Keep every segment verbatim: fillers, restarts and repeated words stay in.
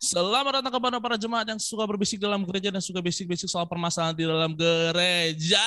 Selamat datang kepada para jemaat yang suka berbisik dalam gereja dan suka bisik-bisik soal permasalahan di dalam gereja.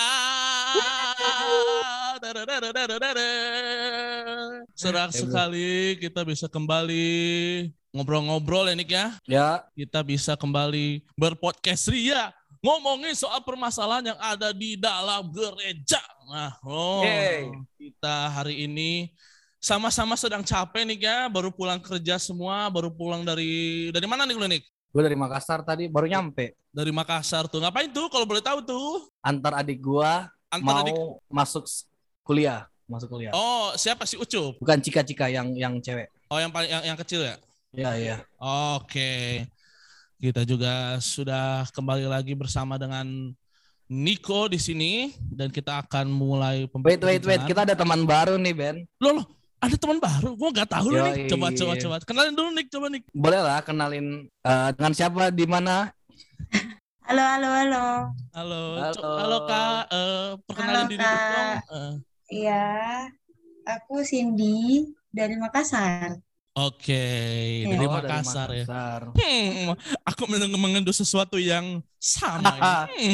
Senang sekali kita bisa kembali ngobrol-ngobrol ya Nick ya. Ya. Kita bisa kembali berpodcast ria ngomongin soal permasalahan yang ada di dalam gereja. Nah, oh, Yay. kita hari ini sama-sama sedang capek nih ya, baru pulang kerja semua, baru pulang dari dari mana nih lu Nick? Gue dari Makassar tadi, baru nyampe. Dari Makassar tuh, ngapain tuh kalau boleh tahu tuh? Antar adik gua Antar mau adik... masuk kuliah, masuk kuliah. Oh, siapa sih Ucup? Bukan Cika-Cika yang yang cewek. Oh, yang paling yang, yang kecil ya? Iya, iya. Oke. Kita juga sudah kembali lagi bersama dengan Niko di sini dan kita akan mulai Wait, wait, wait. Kita ada teman baru nih, Ben. Loh, loh. Ada teman baru, gue nggak tahu loh nih. Coba, coba, Yoi. coba. Kenalin dulu Nick, coba Nick. Boleh lah, kenalin uh, dengan siapa, di mana? Halo, halo, halo. Halo, Halo, co- halo Kak. Uh, perkenalin Halo, diri dulu Kak. dong. Uh. Iya, aku Cindy dari Makassar. Oke, Ya. dari Oh, Makassar dari ya. Makassar. Hmm, aku meneng- mengendus sesuatu yang sama. Ya.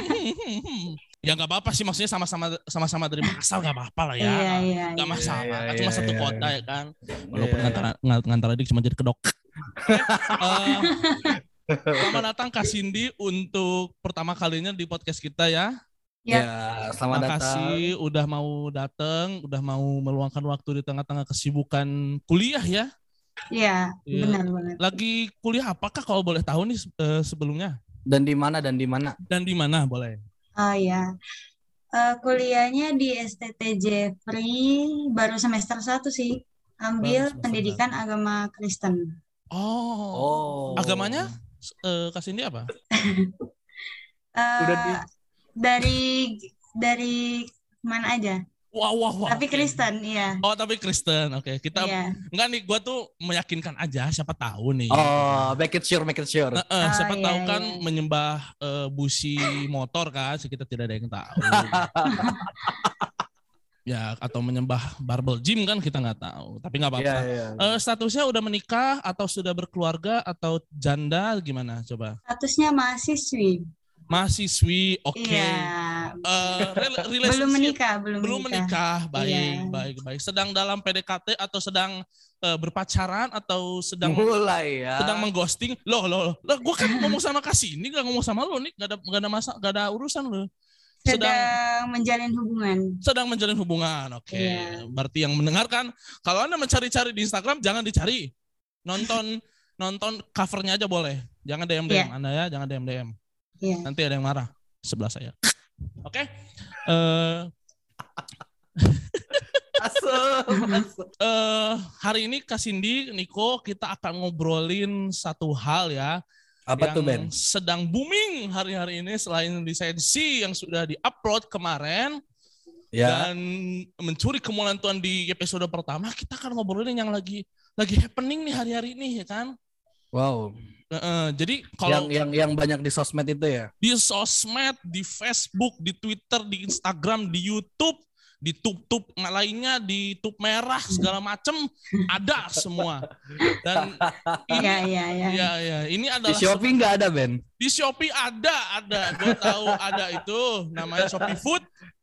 Ya nggak apa-apa sih, maksudnya sama-sama sama-sama dari Makassar nggak apa-apa lah ya. Iya, iya, Nggak iya. masalah, Iya, kan iya, cuma satu iya, kota iya. ya kan. Walaupun Iya. ngantar ng- ngantar adik cuma jadi kedok. Eh, Selamat datang Kak Cindy untuk pertama kalinya di podcast kita ya. Ya. Ya, selamat Terima datang. kasih udah mau datang, udah mau meluangkan waktu di tengah-tengah kesibukan kuliah ya. Iya, Iya. benar banget. Lagi kuliah apakah kalau boleh tahu nih eh, sebelumnya? Dan di mana dan di mana? Dan di mana boleh? Oh ya, Eh, kuliahnya di S T T Jeffrey baru semester satu sih. Ambil Baru semester pendidikan agama Kristen. Oh, Oh. agamanya eh, Kak Cindy apa? Eh, Udah di dari dari mana aja? Wah, wah, wah. Tapi oke. Kristen, iya. Oh, tapi Kristen. Oke, kita Iya. enggak nih, gua tuh meyakinkan aja, siapa tahu nih. Oh, make it sure, make it sure. Nah, eh, Oh, siapa iya, tahu kan iya. menyembah eh, busi motor kan, sih kita tidak ada yang tahu. Ya, atau menyembah barbel gym kan kita nggak tahu. Tapi nggak apa-apa. Iya, iya. Eh, statusnya udah menikah atau sudah berkeluarga atau janda gimana? Coba. Statusnya mahasiswi. Mahasiswi, oke. Iya. Eh, rel- Belum relationship- menikah, belum, belum menikah, baik, Iya. baik, baik. Sedang dalam P D K T atau sedang eh, berpacaran atau sedang Mulai ya. sedang mengghosting? Loh, loh, loh. Loh, gue kan ngomong sama Kasih, ini gak ngomong sama lo nih, gak ada, gak ada masa, gak ada urusan lo. Sedang, Sedang menjalin hubungan. sedang menjalin hubungan, oke. Iya. Berarti yang mendengarkan, kalau Anda mencari-cari di Instagram, jangan dicari. Nonton nonton covernya aja boleh. Jangan D M D M Iya. Anda ya, jangan D M D M. Iya. Nanti ada yang marah sebelah saya. Oke. Eh, Masuk, masuk. eh, hari ini Kak Cindy, Niko, kita akan ngobrolin satu hal ya. Apa yang tuh, Ben? sedang booming hari-hari ini selain lisensi yang sudah di-upload kemarin Ya. dan mencuri kemuliaan Tuhan di episode pertama, kita akan ngobrolin yang lagi lagi happening nih hari-hari ini ya kan. Wow. Eh, eh, jadi Yang kalau yang yang banyak di sosmed itu ya. di sosmed, di Facebook, di Twitter, di Instagram, di YouTube, di tub-tub lainnya, di tub merah segala macem ada semua. Dan ini Iya, iya, iya. ya, ya, ini Di adalah Shopee nggak ada, Ben? di Shopee ada, ada. Gue tahu ada itu, namanya Shopee Food.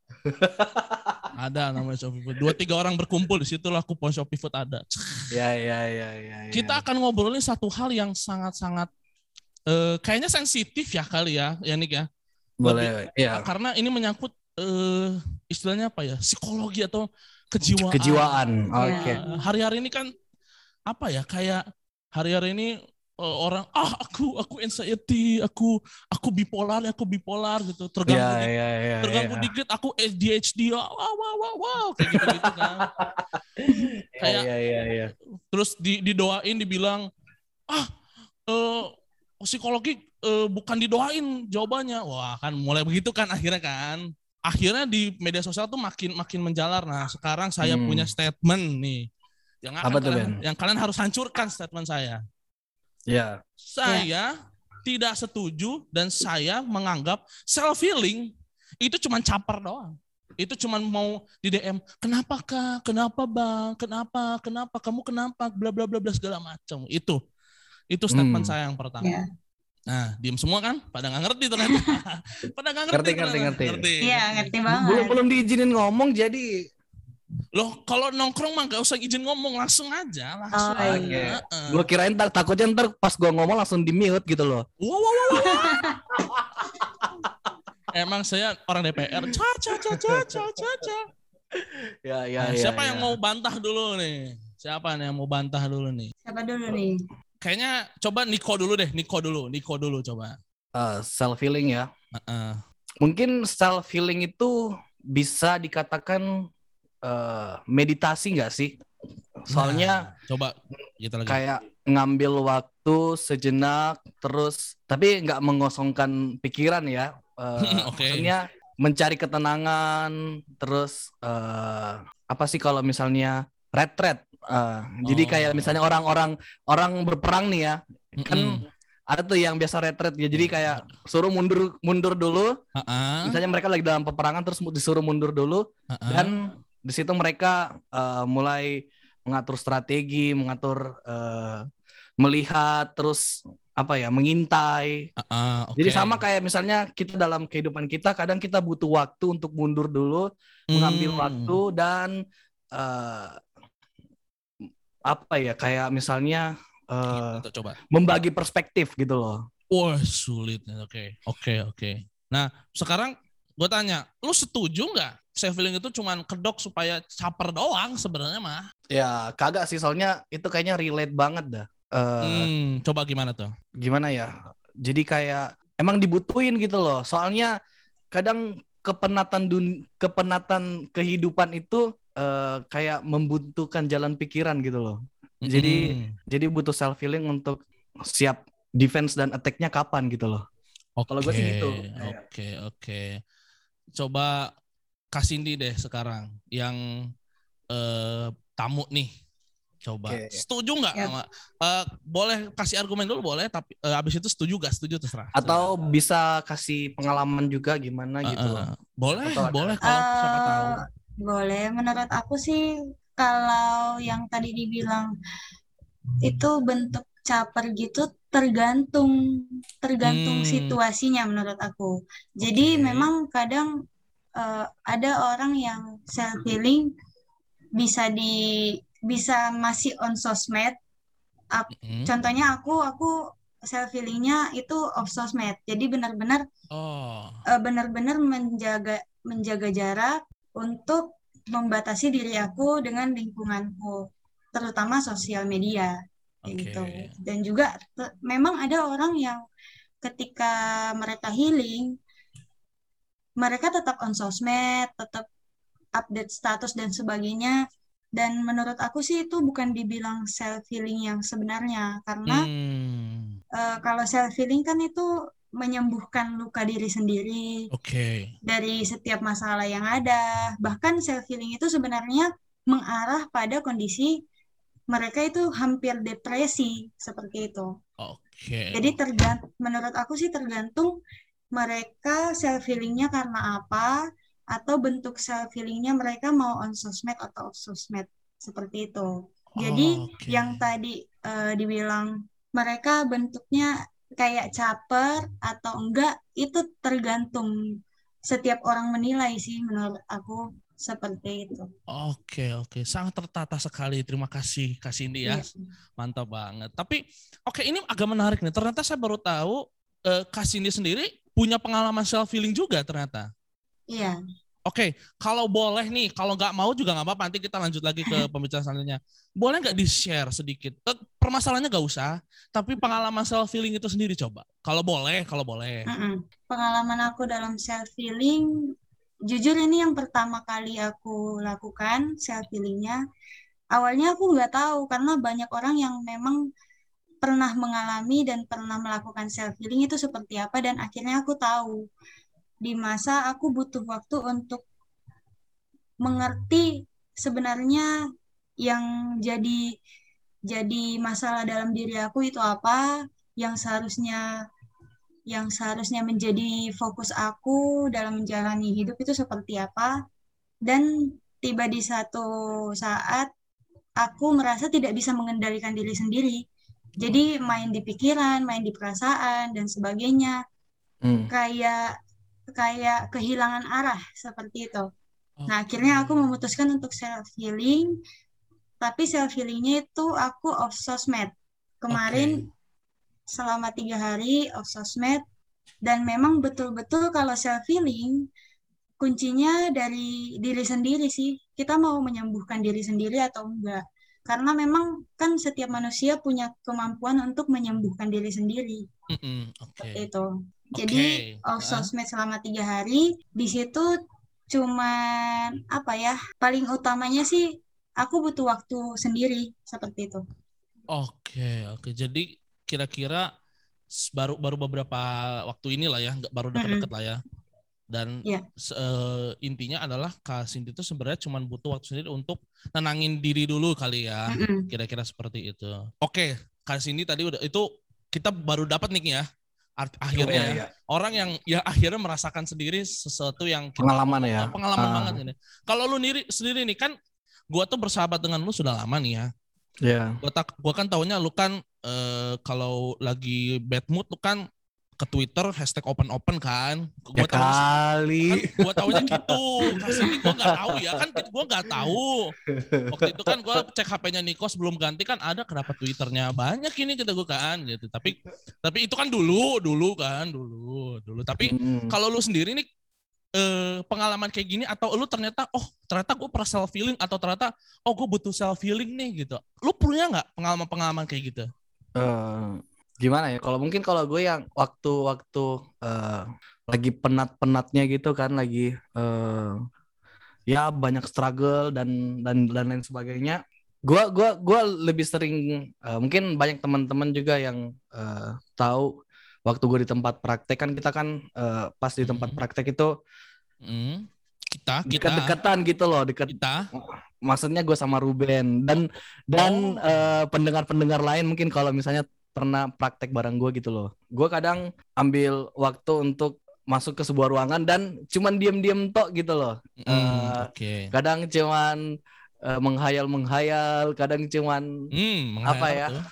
Ada namanya Shopee Food. Dua tiga orang berkumpul di situ lah kupon Shopee Food ada. Ya, ya, ya, ya. Kita akan ngobrolin satu hal yang sangat-sangat eh, kayaknya sensitif ya kali ya, Yanik ya. Boleh. Ya. Karena ini menyangkut eh, istilahnya apa ya? Psikologi atau kejiwaan. Kejiwaan. Oke. Nah, hari-hari ini kan apa ya? Kayak hari-hari ini eh, orang ah aku aku anxiety, aku aku bipolar, aku bipolar gitu. Terganggu Ya, dikit, ya, ya. terganggu ya. dikit aku A D H D. Wow wow wow wow kayak gitu-gitu kan. Kayak Ya, ya, ya. terus di, didoain dibilang ah eh, psikologi eh, bukan didoain jawabannya. Wah kan mulai begitu kan akhirnya kan. Akhirnya di media sosial tuh makin makin menjalar. Nah sekarang saya Hmm. punya statement nih. Yang akan Apa tuh, kalian, Ben? yang kalian harus hancurkan statement saya. Ya. Saya tidak setuju dan saya menganggap self healing itu cuma caper doang. Itu cuma mau di D M, kenapa Kak? Kenapa Bang? Kenapa? Kenapa? Kamu kenapa? Bla bla bla bla segala macam. Itu. Itu statement Hmm. saya yang pertama. Ya. Nah, diem semua kan? Pada nggak ngerti ternyata. Pada nggak ngerti. Ngerti, ngerti, ternyata. ngerti. Iya, ngerti Belum banget. belum diizinin ngomong jadi. Loh, kalau nongkrong mah gak usah izin ngomong, langsung aja, langsung. Oh, aja. Oke. iya. Heeh. Gue kirain ntar takutnya ntar pas gue ngomong langsung di mute gitu loh. Wow, wow, wow, wow. Emang saya orang D P R. Ca, ca, ca, ca, ca, ca, ca. Ya ya Nah, ya. siapa yang ya. mau bantah dulu nih? Siapa nih yang mau bantah dulu nih? Siapa dulu nih? Kayaknya coba Niko dulu deh, Niko dulu, Niko dulu coba. Uh, self healing ya. Heeh. Mungkin self healing itu bisa dikatakan uh, meditasi nggak sih? Soalnya Nah, coba gitu lagi. kayak ngambil waktu sejenak terus tapi nggak mengosongkan pikiran ya. Uh, Oke. Maksudnya mencari ketenangan terus uh, apa sih kalau misalnya retret. Uh, Jadi kayak Oh. misalnya orang-orang orang berperang nih ya, kan Mm-mm. ada tuh yang biasa retret ya. Jadi kayak suruh mundur mundur dulu. Heeh. Misalnya mereka lagi dalam peperangan terus disuruh mundur dulu Heeh. dan di situ mereka uh, mulai mengatur strategi, mengatur uh, melihat terus apa ya, mengintai. Heeh, oke. Jadi sama kayak misalnya kita dalam kehidupan kita kadang kita butuh waktu untuk mundur dulu, mengambil Hmm. waktu dan uh, apa ya kayak misalnya uh, Gitu, coba. membagi perspektif gitu loh. Wah, sulit. Oke, oke, oke. Nah, sekarang gue tanya, lu setuju nggak self healing itu cuman kedok supaya caper doang sebenarnya mah? Ya kagak sih, soalnya itu kayaknya relate banget dah. Uh, Hmm, coba gimana tuh? Gimana ya? Jadi kayak emang dibutuhin gitu loh. Soalnya kadang kepenatan dun kepenatan kehidupan itu uh, kayak membutuhkan jalan pikiran gitu loh. Jadi Mm-mm. jadi butuh self healing untuk siap defense dan attack-nya kapan gitu loh. Oke, Kalau gue sih gitu. oke, oke. Coba Kak Cindy deh sekarang yang eh, tamu nih. Coba Oke. setuju nggak Yap. sama? eh, boleh kasih argumen dulu boleh, tapi eh, abis itu setuju gak setuju terserah. Atau bisa kasih pengalaman juga gimana Eh, gitu eh, loh. boleh, Atau ada- boleh kalau siapa tahu. Eh, boleh. Menurut aku sih kalau yang tadi dibilang itu bentuk caper gitu tergantung tergantung Hmm. situasinya menurut aku. Jadi Oke. memang kadang eh, ada orang yang self healing bisa di bisa masih on sosmed. Ap- Mm-mm. Contohnya aku aku self healingnya itu off sosmed. Jadi benar-benar Oh, eh, benar-benar menjaga menjaga jarak untuk membatasi diri aku dengan lingkunganku, terutama sosial media kayak oke. gitu. Dan juga te- memang ada orang yang ketika mereka healing, mereka tetap on sosmed, tetap update status dan sebagainya. Dan menurut aku sih itu bukan dibilang self healing yang sebenarnya, karena Hmm, eh, kalau self healing kan itu menyembuhkan luka diri sendiri oke. dari setiap masalah yang ada. Bahkan self healing itu sebenarnya mengarah pada kondisi mereka itu hampir depresi seperti itu. Oke. Jadi tergantung, menurut aku sih tergantung mereka self healingnya karena apa, atau bentuk self healingnya mereka mau on sosmed atau off sosmed seperti itu. Jadi Oke. yang tadi eh, dibilang mereka bentuknya kayak caper atau enggak itu tergantung setiap orang menilai sih menurut aku seperti itu. Oke, oke. Sangat tertata sekali. Terima kasih Kak Cindy ya. Iya. Mantap banget. Tapi oke, ini agak menarik nih. Ternyata saya baru tahu eh, Kak Cindy sendiri punya pengalaman self healing juga ternyata. Iya. Oke, kalau boleh nih, kalau nggak mau juga nggak apa-apa. Nanti kita lanjut lagi ke pembicaraan selanjutnya. Boleh nggak di-share sedikit? Eh, permasalahannya nggak usah, tapi pengalaman self healing itu sendiri coba. Kalau boleh, kalau boleh. Mm-mm. Pengalaman aku dalam self healing, jujur ini yang pertama kali aku lakukan self healingnya. Awalnya aku nggak tahu karena banyak orang yang memang pernah mengalami dan pernah melakukan self healing itu seperti apa, dan akhirnya aku tahu di masa aku butuh waktu untuk mengerti sebenarnya yang jadi jadi masalah dalam diri aku itu apa, yang seharusnya yang seharusnya menjadi fokus aku dalam menjalani hidup itu seperti apa. Dan tiba di satu saat aku merasa tidak bisa mengendalikan diri sendiri. Jadi main di pikiran, main di perasaan dan sebagainya. Hmm. Kayak kayak kehilangan arah seperti itu. Nah, Oke. akhirnya aku memutuskan untuk self healing, tapi self healingnya itu aku off sosmed. Oke. Kemarin selama tiga hari off sosmed, dan memang betul-betul kalau self healing kuncinya dari diri sendiri sih. Kita mau menyembuhkan diri sendiri atau enggak. Karena memang kan setiap manusia punya kemampuan untuk menyembuhkan diri sendiri. Mm-mm. Seperti Oke. itu. Jadi Oke. off Hah? sosmed selama tiga hari, di situ cuman apa ya, paling utamanya sih aku butuh waktu sendiri seperti itu. Oke, oke. Jadi kira-kira s- baru baru beberapa waktu inilah ya, nggak baru deket-deket Mm-mm. lah ya. Dan Ya, se- eh, intinya adalah Kak Cindy itu sebenarnya cuma butuh waktu sendiri untuk nenangin diri dulu kali ya. mm-mm. Kira-kira seperti itu. Oke, Kak Cindy tadi udah itu kita baru dapat nih ya. Art- Oh akhirnya ya ya ya. orang yang ya akhirnya merasakan sendiri sesuatu yang kita Pengalaman ya. oh, pengalaman Ah, banget ini. Kalau lu sendiri sendiri nih kan gua tuh bersahabat dengan lu sudah lama nih ya. ya. Gua tak gua kan taunya lu kan eh, kalau lagi bad mood lu kan ke Twitter hashtag open open kan. Ya Gua taunya kan kali. gua taunya gitu. Kasih ini gua nggak tahu ya kan gua nggak tahu. Waktu itu kan gua cek H P-nya Niko sebelum ganti kan ada kenapa Twitternya banyak ini kita gua kan gitu. Tapi tapi itu kan dulu dulu kan dulu dulu. Tapi Hmm. kalau lu sendiri nih eh, pengalaman kayak gini atau lu ternyata oh ternyata gue pernah self healing atau ternyata oh gue butuh self healing nih gitu. Lu punya nggak pengalaman-pengalaman kayak gitu? Eh, gimana ya? Kalau mungkin kalau gue yang waktu-waktu eh, lagi penat-penatnya gitu kan, lagi eh, ya banyak struggle dan dan dan lain sebagainya. Gua gua gua lebih sering eh, mungkin banyak teman-teman juga yang eh, tahu waktu gue di tempat praktek kan kita kan eh, pas di tempat Mm-mm. praktek itu Mm. Kita kita dekat-dekatan gitu loh, deket. kita. Maksudnya gue sama Ruben dan dan Oh. eh, pendengar-pendengar lain mungkin kalau misalnya pernah praktek bareng gue gitu loh. Gue kadang ambil waktu untuk masuk ke sebuah ruangan dan cuman diem-diem tok gitu loh. Mm, Eh, Oke. kadang cuman eh, menghayal-menghayal, kadang cuman Hmm, apa menghayal ya? tuh.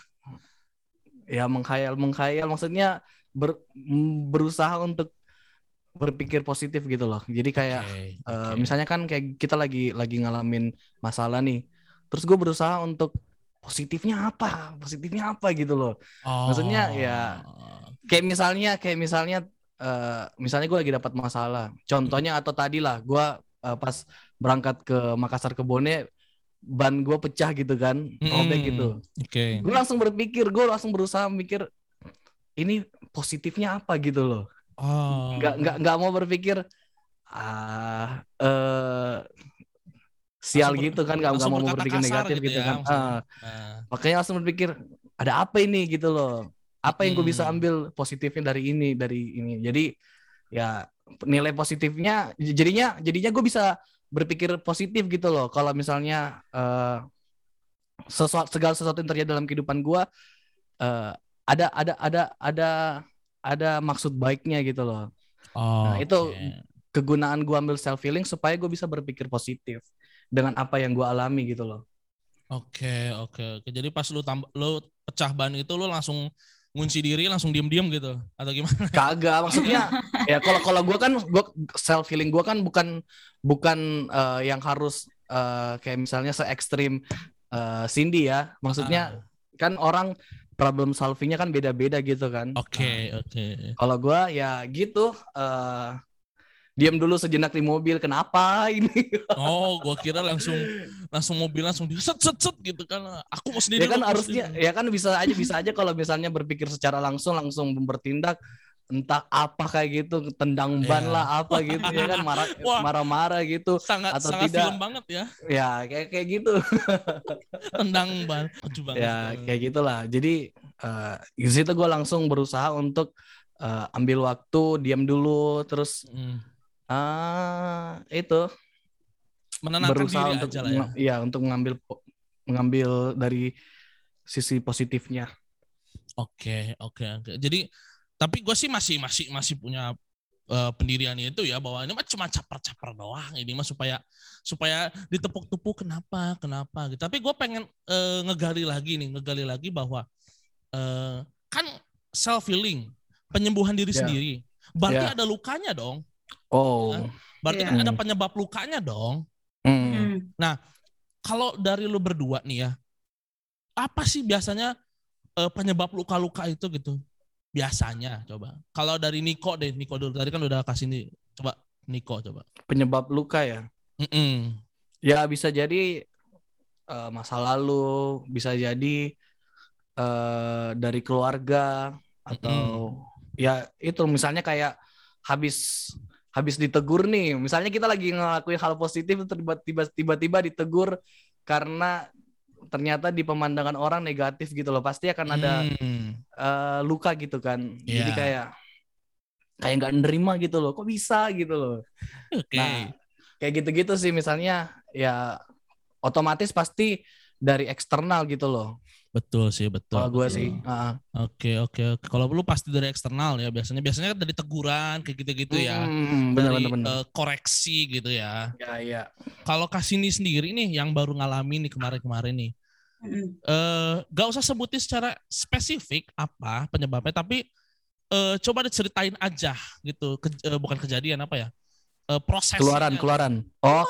Ya menghayal-menghayal maksudnya ber- m- berusaha untuk berpikir positif gitu loh. Jadi kayak Oke, eh, oke. misalnya kan kayak kita lagi lagi ngalamin masalah nih. Terus gue berusaha untuk positifnya apa? Positifnya apa gitu loh. Maksudnya ya Oh. kayak misalnya kayak misalnya eh, misalnya gue lagi dapat masalah. Contohnya atau tadi lah gue eh, pas berangkat ke Makassar ke Bone ban gue pecah gitu kan, robek Mm-mm. gitu. Oke. Gue langsung berpikir, gue langsung berusaha mikir ini positifnya apa gitu loh. Nggak nggak Oh. nggak mau berpikir ah eh sial Langsung ber, gitu kan, nggak nggak langsung mau berkata berpikir kasar negatif gitu gitu ya kan. maksudnya. Ah, Nah. makanya langsung berpikir ada apa ini gitu loh, apa yang gue bisa Mm-mm. ambil positifnya dari ini dari ini. Jadi ya nilai positifnya jadinya jadinya gue bisa berpikir positif gitu loh. Kalau misalnya eh, sesuatu segala sesuatu yang terjadi dalam kehidupan gue eh, ada ada ada ada ada maksud baiknya gitu loh. Nah, itu Oke. kegunaan gue ambil self healing supaya gue bisa berpikir positif dengan apa yang gue alami gitu loh. Oke, oke, oke. Jadi pas lu tambah lu pecah ban itu lu langsung ngunci diri, langsung diem-diem gitu atau gimana? Kagak, maksudnya ya kalau kalau gue kan gue self healing gue kan bukan bukan eh, yang harus eh, kayak misalnya se ekstrim eh, Cindy ya. Maksudnya Ah, kan orang problem solvingnya kan beda-beda gitu kan. Nah, Oke, oke. kalau gue ya gitu eh, diam dulu sejenak di mobil. Kenapa ini? Oh, gua kira langsung langsung mobil langsung di set set set gitu kan. Aku mau Ya sendiri, kan aku mau harusnya sendiri. ya kan bisa aja bisa aja kalau misalnya berpikir secara langsung langsung bertindak entah apa kayak gitu, tendang ban Iya. lah apa gitu ya kan, marah Wah, marah-marah gitu sangat atau sangat film tidak banget ya. ya kayak kayak gitu. Tendang ban. Lucu banget. Ya kayak gitulah. Jadi eh, di situ gue langsung berusaha untuk eh, ambil waktu, diam dulu, terus Mm. ah itu Menenangkan diri berusaha untuk aja lah ya. ya untuk mengambil mengambil dari sisi positifnya. Oke, oke, oke. Jadi tapi gue sih masih masih masih punya eh, pendirian itu ya bahwa ini mah cuma caper-caper doang, ini mah supaya supaya ditepuk-tepuk kenapa kenapa gitu. Tapi gue pengen eh, ngegali lagi nih, ngegali lagi bahwa uh, kan self healing, penyembuhan diri Ya. sendiri. Berarti Ya. ada lukanya dong. Oh. Nah, berarti Iya. kan ada Hmm. penyebab lukanya dong. Hmm. Hmm. Kalau dari lu berdua nih ya, apa sih biasanya uh, penyebab luka-luka itu gitu? Biasanya coba. Kalau dari Niko deh, Niko dulu. Tadi kan udah kasih nih. Coba Niko coba. Penyebab luka ya. Mm-mm. Ya bisa jadi eh, masa lalu, bisa jadi eh, dari keluarga atau ya itu misalnya kayak habis habis ditegur nih, misalnya kita lagi ngelakuin hal positif tiba-tiba tiba-tiba ditegur karena ternyata di pemandangan orang negatif gitu loh, pasti akan ada Hmm. eh, luka gitu kan. Jadi Iya. kayak kayak nggak nerima gitu loh, kok bisa gitu loh. Oke. Nah kayak gitu-gitu sih misalnya ya otomatis pasti dari eksternal gitu loh. Betul sih, betul. Kalau gue betul. sih. Uh, Oke, oke, oke. Kalau lu pasti dari eksternal ya biasanya. Biasanya kan dari teguran kayak gitu-gitu ya. hmm, Dari bener, bener, bener. eh, koreksi gitu ya. Ya, ya. Kalau Kasini sendiri nih yang baru ngalamin nih kemarin-kemarin nih. Hmm. Eh, gak usah sebutin secara spesifik apa penyebabnya, tapi eh, coba diceritain aja gitu. Ke, eh, bukan kejadian apa ya? Eh, prosesnya. Keluaran, keluaran. Oh,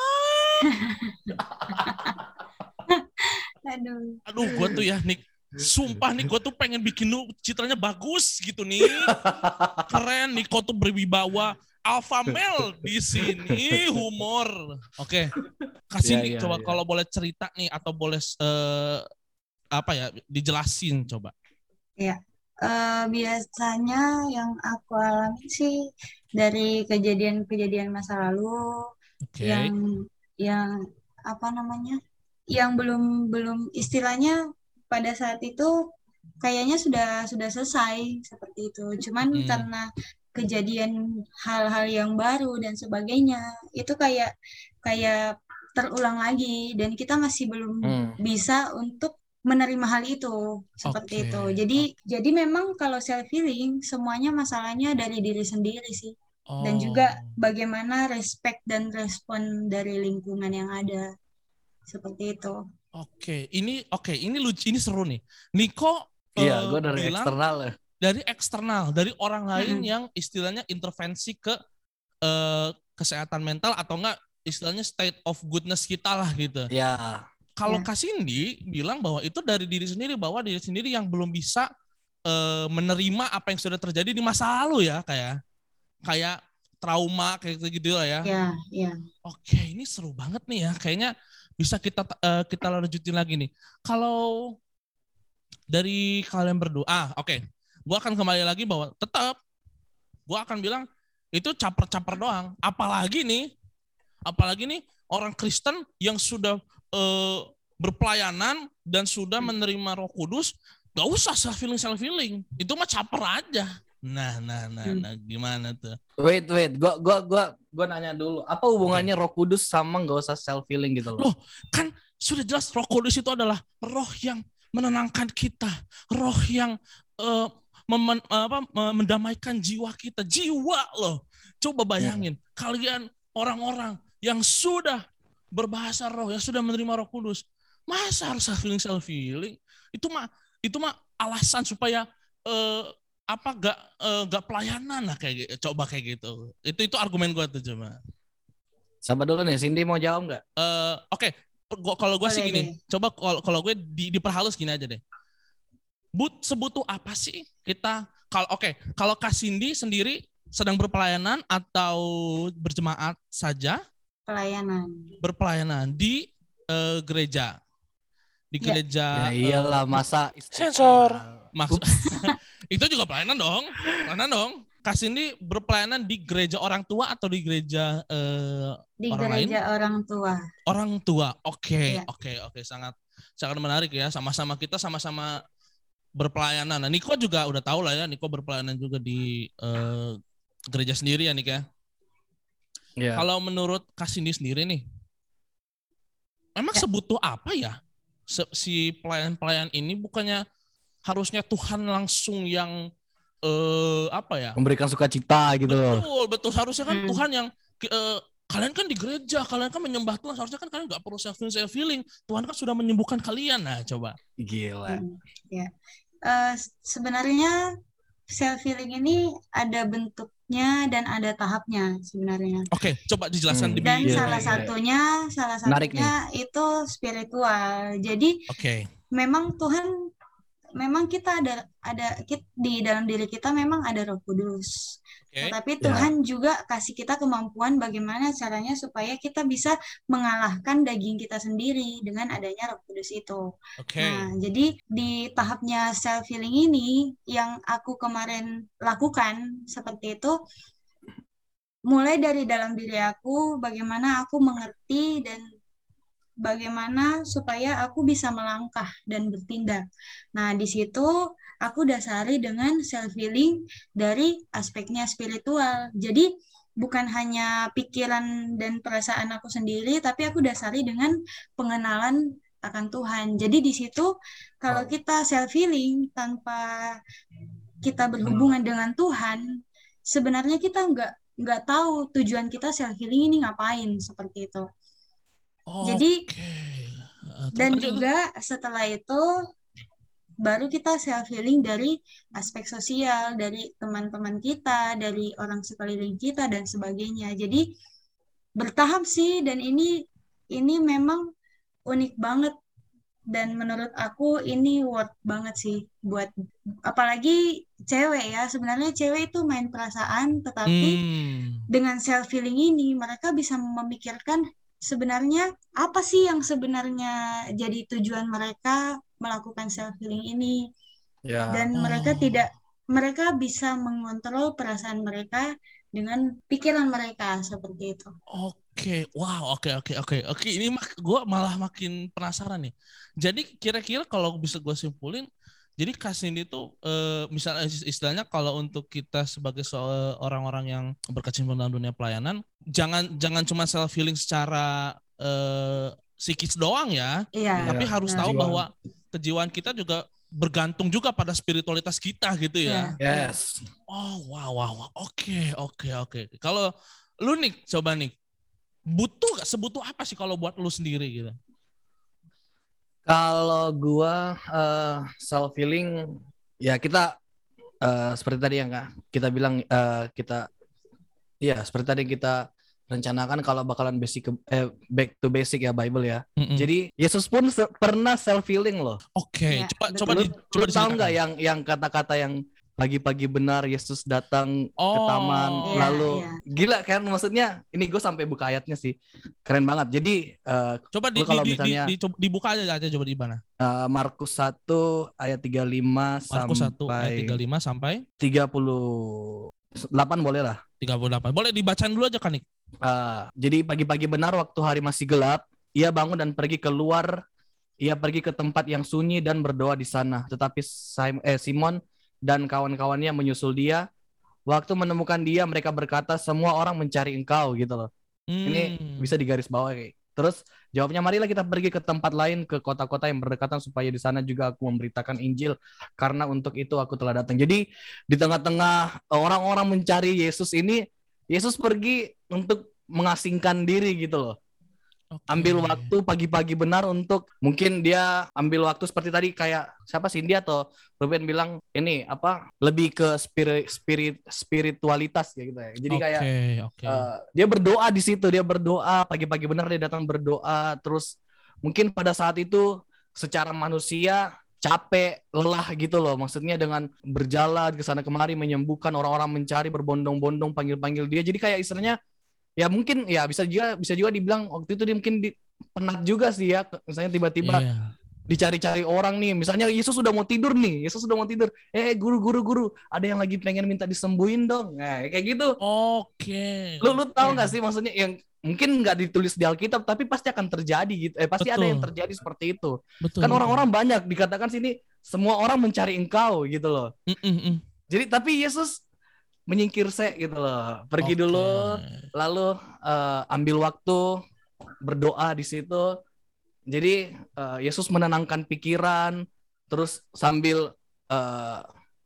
Aduh. Aduh, gue tuh ya, Nick. Sumpah nih, gue tuh pengen bikin lu citranya bagus gitu nih. Keren, Niko tuh berwibawa. Alpha male di sini, humor. Oke, kasih Ya, nih ya, coba ya. kalau boleh cerita nih atau boleh eh, apa ya dijelasin coba. Ya, eh, biasanya yang aku alami sih dari kejadian-kejadian masa lalu Oke. yang yang apa namanya, yang belum belum istilahnya pada saat itu kayaknya sudah sudah selesai seperti itu. Cuman Hmm. karena kejadian hal-hal yang baru dan sebagainya itu kayak kayak terulang lagi dan kita masih belum Hmm. bisa untuk menerima hal itu seperti Oke, itu. Jadi jadi memang kalau self healing semuanya masalahnya dari diri sendiri sih. Dan Oh. juga bagaimana respect dan respon dari lingkungan yang ada. Seperti itu. Oke, ini oke, ini lucu, ini seru nih. Niko Iya, eh, gue dari bilang eksternal ya. dari eksternal, dari orang lain Mm-mm. yang istilahnya intervensi ke eh, kesehatan mental atau enggak istilahnya state of goodness kita lah gitu. Ya, Kalau Ya. Kak Cindy bilang bahwa itu dari diri sendiri, bahwa diri sendiri yang belum bisa eh, menerima apa yang sudah terjadi di masa lalu ya, kayak kayak trauma kayak gitu lah ya. Ya, ya. Oke, ini seru banget nih ya. Kayaknya bisa kita eh, kita lanjutin lagi nih. Kalau dari kalian berdua, ah oke, gue akan kembali lagi bahwa tetap gue akan bilang itu caper-caper doang. Apalagi nih, apalagi nih orang Kristen yang sudah eh, berpelayanan dan sudah menerima Roh Kudus, gak usah self feeling self feeling, itu mah caper aja. Nah, nah, nah, Hmm. nah, gimana tuh? wait, wait, gua, gua, gua, gua nanya dulu, apa hubungannya Roh Kudus sama nggak usah self healing gitu loh? Loh, kan sudah jelas Roh Kudus itu adalah roh yang menenangkan kita, roh yang eh, memen- apa, mendamaikan jiwa kita, jiwa loh. Coba bayangin, kalian orang-orang yang sudah berbahasa roh, yang sudah menerima Roh Kudus, masa harus self feeling self feeling? Itu mah, itu mah alasan supaya eh, apa gak eh, gak pelayanan lah kayak gitu. Coba kayak gitu. Itu itu argumen gue tuh cuma. Sabar dulu nih, Cindy mau jawab nggak? Eh, Oke, Gua- kalau gue sih Boleh gini, deh. coba kalau kalau gue di, diperhalus gini aja deh. But sebutuh apa sih kita? Kalau oke, kalau Kak Cindy sendiri sedang berpelayanan atau berjemaat saja, Pelayanan. berpelayanan di eh, gereja, di Ya. gereja. Ya eh, iyalah, masa Sensor. Maksud itu juga pelayanan dong, pelayanan dong. Kak Cindy berpelayanan di gereja orang tua atau di gereja eh, Di orang gereja orang tua. orang tua? Oke, Iya. oke, oke, sangat sangat menarik ya. Sama-sama kita sama-sama berpelayanan. Nah, Niko juga udah tahu lah ya. Niko berpelayanan juga di eh, gereja sendiri ya, Nik ya. ya. Kalau menurut Kak Cindy sendiri nih, memang Ya. sebutuh apa ya se- si pelayan-pelayan ini? Bukannya harusnya Tuhan langsung yang eh, apa ya? memberikan sukacita gitu loh. Betul, betul. Harusnya kan Hmm. Tuhan yang eh, kalian kan di gereja, kalian kan menyembah Tuhan. Seharusnya kan kalian nggak perlu self feeling, self feeling. Tuhan kan sudah menyembuhkan kalian. Nah, coba. Gila. Hmm, ya. eh, sebenarnya self healing ini ada bentuknya dan ada tahapnya sebenarnya. Oke, coba dijelaskan Hmm, lebih. Dan iya, salah iya. satunya, salah Menarik nih. satunya itu spiritual. Jadi Oke. memang Tuhan, memang kita ada ada kit- di dalam diri kita memang ada Roh Kudus. Nah, Oke. tapi Ya. Tuhan juga kasih kita kemampuan bagaimana caranya supaya kita bisa mengalahkan daging kita sendiri dengan adanya Roh Kudus itu. Oke. Nah, jadi di tahapnya self healing ini yang aku kemarin lakukan seperti itu, mulai dari dalam diri aku, bagaimana aku mengerti dan bagaimana supaya aku bisa melangkah dan bertindak. Nah, di situ aku dasari dengan self healing dari aspeknya spiritual. Jadi bukan hanya pikiran dan perasaan aku sendiri, tapi aku dasari dengan pengenalan akan Tuhan. Jadi di situ kalau Wow. kita self healing tanpa kita berhubungan dengan Tuhan, sebenarnya kita nggak nggak tahu tujuan kita self healing ini ngapain seperti itu. Jadi Oke. Eh, terus dan lanjut. juga setelah itu baru kita self healing dari aspek sosial, dari teman-teman kita, dari orang sekeliling kita dan sebagainya. Jadi bertahap sih, dan ini ini memang unik banget, dan menurut aku ini worth banget sih buat apalagi cewek ya. Sebenarnya cewek itu main perasaan, tetapi Hmm. dengan self healing ini mereka bisa memikirkan sebenarnya apa sih yang sebenarnya jadi tujuan mereka melakukan self healing ini, Ya. dan Oh. mereka tidak mereka bisa mengontrol perasaan mereka dengan pikiran mereka seperti itu. Oke, wow, oke, oke, oke, oke. Ini mak, gue malah makin penasaran nih. Jadi kira-kira kalau bisa gue simpulin, jadi Kasih ini tuh, eh, misalnya istilahnya kalau untuk kita sebagai so- orang-orang yang berkecimpung dalam dunia pelayanan, jangan jangan cuma self healing secara eh, psikis doang ya, Iya, tapi harus benar. tahu Kejiwaan. bahwa kejiwaan kita juga bergantung juga pada spiritualitas kita gitu ya. Iya. Yes. Oh, wow, wow, wow. Oke, oke, oke. Kalau lu nih, coba nih, butuh gak, sebutuh apa sih kalau buat lu sendiri gitu? Kalau gua eh, self healing, ya kita eh, seperti tadi yang Kak, kita bilang eh, kita, ya seperti tadi kita rencanakan kalau bakalan basic ke- eh, back to basic ya Bible ya. Mm-mm. Jadi Yesus pun se- pernah self healing loh. Oke, Iya, coba betul. coba Lu, di, lu coba tahu diceritakan. nggak yang yang kata-kata yang pagi-pagi benar Yesus datang ke Oh. taman, Iya, lalu iya. gila kan, maksudnya ini gue sampai buka ayatnya sih, keren banget. Jadi eh, Coba di, lu kalau di, di, misalnya di, coba dibuka aja aja coba di mana? eh, Markus satu ayat tiga puluh lima Markus satu ayat tiga sampai puluh lima sampai tiga puluh delapan boleh lah. tiga puluh delapan. Boleh dibacain dulu aja kan, Nik? Eh, jadi pagi-pagi benar waktu hari masih gelap, ia bangun dan pergi keluar. Ia pergi ke tempat yang sunyi dan berdoa di sana. Tetapi Sim- eh, Simon dan kawan-kawannya menyusul dia. Waktu menemukan dia, mereka berkata, semua orang mencari engkau gitu loh. Ini Hmm. bisa digaris bawahi. Terus jawabnya, marilah kita pergi ke tempat lain, ke kota-kota yang berdekatan, supaya di sana juga aku memberitakan Injil, karena untuk itu aku telah datang. Jadi di tengah-tengah orang-orang mencari Yesus ini, Yesus pergi untuk mengasingkan diri gitu loh. Oke. Ambil waktu pagi-pagi benar untuk, mungkin dia ambil waktu seperti tadi kayak siapa Cindy atau Ruben bilang ini apa, lebih ke spirit spirit spiritualitas ya gitu ya. Jadi Oke, kayak oke. Uh, dia berdoa di situ, dia berdoa pagi-pagi benar, dia datang berdoa. Terus mungkin pada saat itu secara manusia capek, lelah gitu loh. Maksudnya dengan berjalan ke sana kemari, menyembuhkan orang-orang, mencari, berbondong-bondong, panggil-panggil dia. Jadi kayak istilahnya ya mungkin ya bisa juga bisa juga dibilang waktu itu dia mungkin di, penat juga sih ya. Misalnya tiba-tiba Iya. dicari-cari orang nih, misalnya Yesus sudah mau tidur nih, Yesus sudah mau tidur, eh guru guru guru, ada yang lagi pengen minta disembuhin dong, nah kayak gitu. Oke. Lu lu tahu Iya. nggak sih maksudnya, yang mungkin nggak ditulis di Alkitab tapi pasti akan terjadi gitu, eh pasti ada Betul. yang terjadi seperti itu. Betul. Kan orang-orang banyak dikatakan sini, semua orang mencari engkau gitu loh. Mm-mm-mm. Jadi tapi Yesus menyingkir se gitu loh, pergi Oke. dulu, lalu eh, ambil waktu berdoa di situ. Jadi uh, Yesus menenangkan pikiran, terus sambil uh,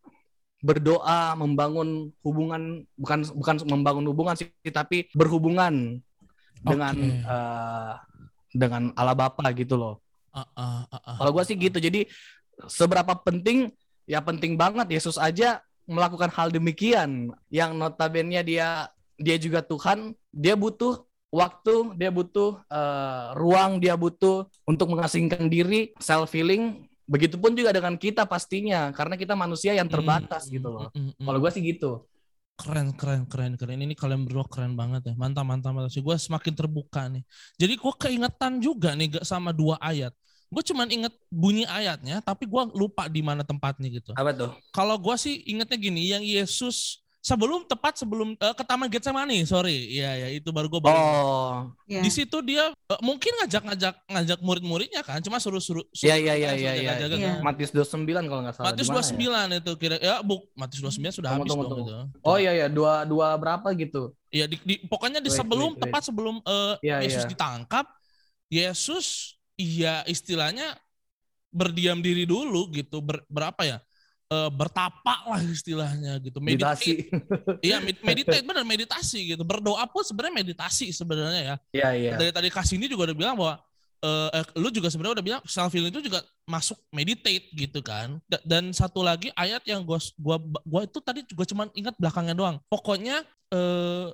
berdoa, membangun hubungan, bukan bukan membangun hubungan sih, tapi berhubungan dengan Oke. uh, dengan Allah Bapa gitu loh. Uh, uh, uh, uh, Kalau gue sih gitu. Jadi seberapa penting Ya penting banget, Yesus aja melakukan hal demikian. Yang notabene dia dia juga Tuhan, dia butuh waktu, dia butuh uh, ruang, dia butuh untuk mengasingkan diri, self healing. Begitupun juga dengan kita pastinya, karena kita manusia yang terbatas Mm, gitu loh. mm, mm, mm. Kalau gue sih gitu. Keren, keren, keren, keren. Ini kalian berdua keren banget ya. Mantap, mantap, mantap. Gue semakin terbuka nih. Jadi gue keingetan juga nih gak sama dua ayat. Gue cuman inget bunyi ayatnya, tapi gue lupa di mana tempatnya gitu. Apa tuh? Kalau gue sih ingetnya gini, yang Yesus sebelum tepat sebelum uh, ke Taman Getsemani, sorry, iya ya itu baru gue baru. Oh, Ya. Di situ dia uh, mungkin ngajak-ngajak ngajak murid-muridnya kan, cuma suruh-suruh. Iya iya iya iya iya. Iya. Matius dua puluh sembilan kalau nggak salah. Matius Di dua mana puluh sembilan ya? Itu kira ya bu Matius dua puluh sembilan sudah Tunggu, habis tunggu, dong tunggu. itu. Oh iya iya dua dua berapa gitu? Iya di, di pokoknya di Wait, sebelum wait, wait. tepat sebelum uh, Iya, Yesus iya. ditangkap, Yesus iya istilahnya berdiam diri dulu gitu, ber, berapa ya? Uh, bertapa lah istilahnya gitu, Meditasi. Iya, med- meditate benar meditasi gitu. Berdoa pun sebenarnya meditasi sebenarnya ya. Iya iya. Dari tadi Kasini juga udah bilang bahwa uh, eh, lu juga sebenarnya udah bilang self healing itu juga masuk meditate gitu kan. Da- dan satu lagi ayat yang gua gua gua itu tadi juga cuman ingat belakangnya doang. Pokoknya uh,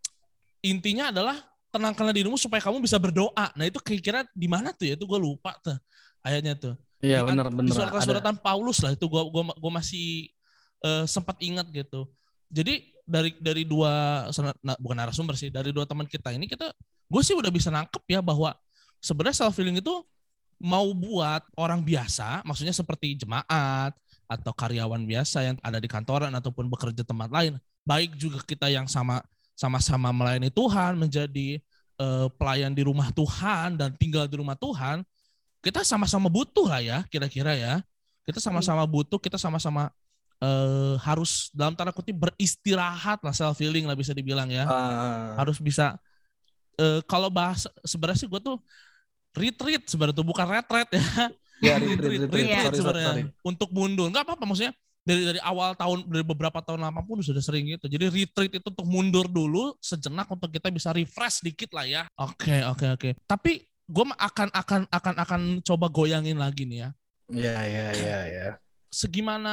intinya adalah tenangkanlah dirimu supaya kamu bisa berdoa. Nah, itu kira-kira di mana tuh ya? Itu gua lupa tuh ayatnya tuh. Iya Di, benar di benar. suratan-suratan Paulus lah itu gua gua gua masih uh, sempat ingat gitu. Jadi dari dari dua nah, bukan narasumber sih, dari dua teman kita ini kita gue sih udah bisa nangkep ya bahwa sebenarnya self healing itu mau buat orang biasa, maksudnya seperti jemaat atau karyawan biasa yang ada di kantoran ataupun bekerja tempat lain, baik juga kita yang sama sama-sama melayani Tuhan, menjadi uh, pelayan di rumah Tuhan dan tinggal di rumah Tuhan. Kita sama-sama butuh lah ya, kira-kira ya. Kita sama-sama butuh, kita sama-sama uh, harus dalam tanda kutip beristirahat lah, self healing lah bisa dibilang ya. Uh, Harus bisa, uh, kalau bahas sebenarnya sih gue tuh retreat sebenarnya tuh, bukan retret ya. Ya, retreat, retreat, retreat sorry, sebenarnya sorry. untuk mundur. Nggak apa-apa maksudnya. Dari dari awal tahun, dari beberapa tahun lama pun sudah sering gitu. Jadi retreat itu untuk mundur dulu sejenak untuk kita bisa refresh dikit lah ya. Oke, oke, oke. Tapi gue akan akan akan akan coba goyangin lagi nih ya. Iya, iya, iya, iya. Segimana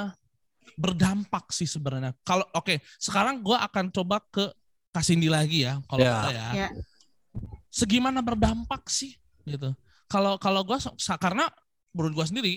berdampak sih sebenarnya. Kalau oke, okay, sekarang gue akan coba ke Kasindi lagi ya. Kalau Ya. gue ya. Ya. Segimana berdampak sih gitu. Kalau kalau gue karena menurut gue sendiri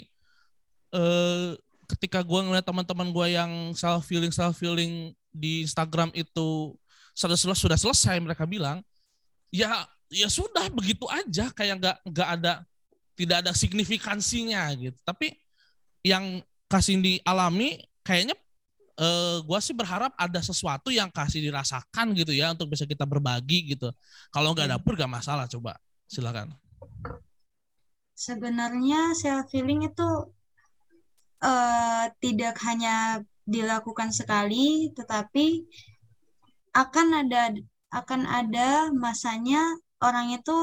eh, ketika gue ngeliat teman-teman gue yang self healing self healing di Instagram itu sudah sudah selesai, mereka bilang ya ya sudah begitu aja, kayak nggak nggak ada tidak ada signifikansinya gitu. Tapi yang Kasindi alami kayaknya eh, gue sih berharap ada sesuatu yang Kasindi dirasakan gitu ya untuk bisa kita berbagi gitu. Kalau nggak dapur nggak masalah, coba silakan. Sebenarnya self healing itu uh, tidak hanya dilakukan sekali, tetapi akan ada akan ada masanya orang itu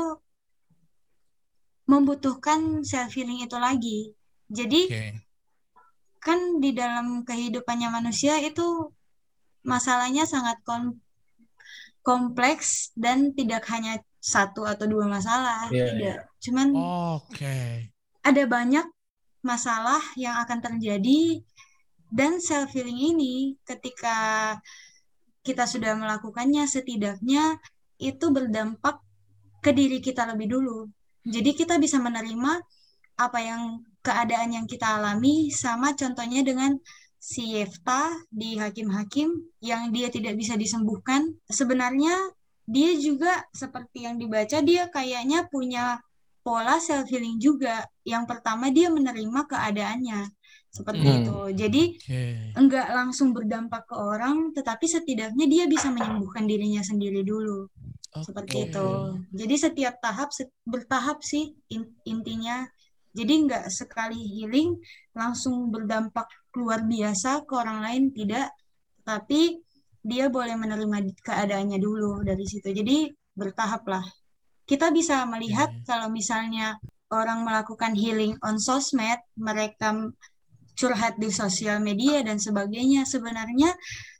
membutuhkan self healing itu lagi. Jadi Okay. kan di dalam kehidupannya manusia itu masalahnya sangat kom- kompleks dan tidak hanya satu atau dua masalah, Iya, tidak. iya. Cuman Oke. Okay. ada banyak masalah yang akan terjadi, dan self healing ini ketika kita sudah melakukannya setidaknya itu berdampak ke diri kita lebih dulu. Jadi kita bisa menerima apa yang keadaan yang kita alami, sama contohnya dengan si Yefta di Hakim-Hakim yang dia tidak bisa disembuhkan. Sebenarnya dia juga seperti yang dibaca, dia kayaknya punya pola self healing juga. Yang pertama dia menerima keadaannya seperti Hmm. itu. Jadi Okay. enggak langsung berdampak ke orang, tetapi setidaknya dia bisa menyembuhkan dirinya sendiri dulu. Seperti Okay. itu. Jadi setiap tahap set- bertahap sih in- intinya. Jadi enggak sekali healing langsung berdampak luar biasa ke orang lain, tidak. Tapi dia boleh menerima keadaannya dulu dari situ. Jadi bertahap lah. Kita bisa melihat Okay. kalau misalnya orang melakukan healing on sosmed, mereka curhat di sosial media dan sebagainya, sebenarnya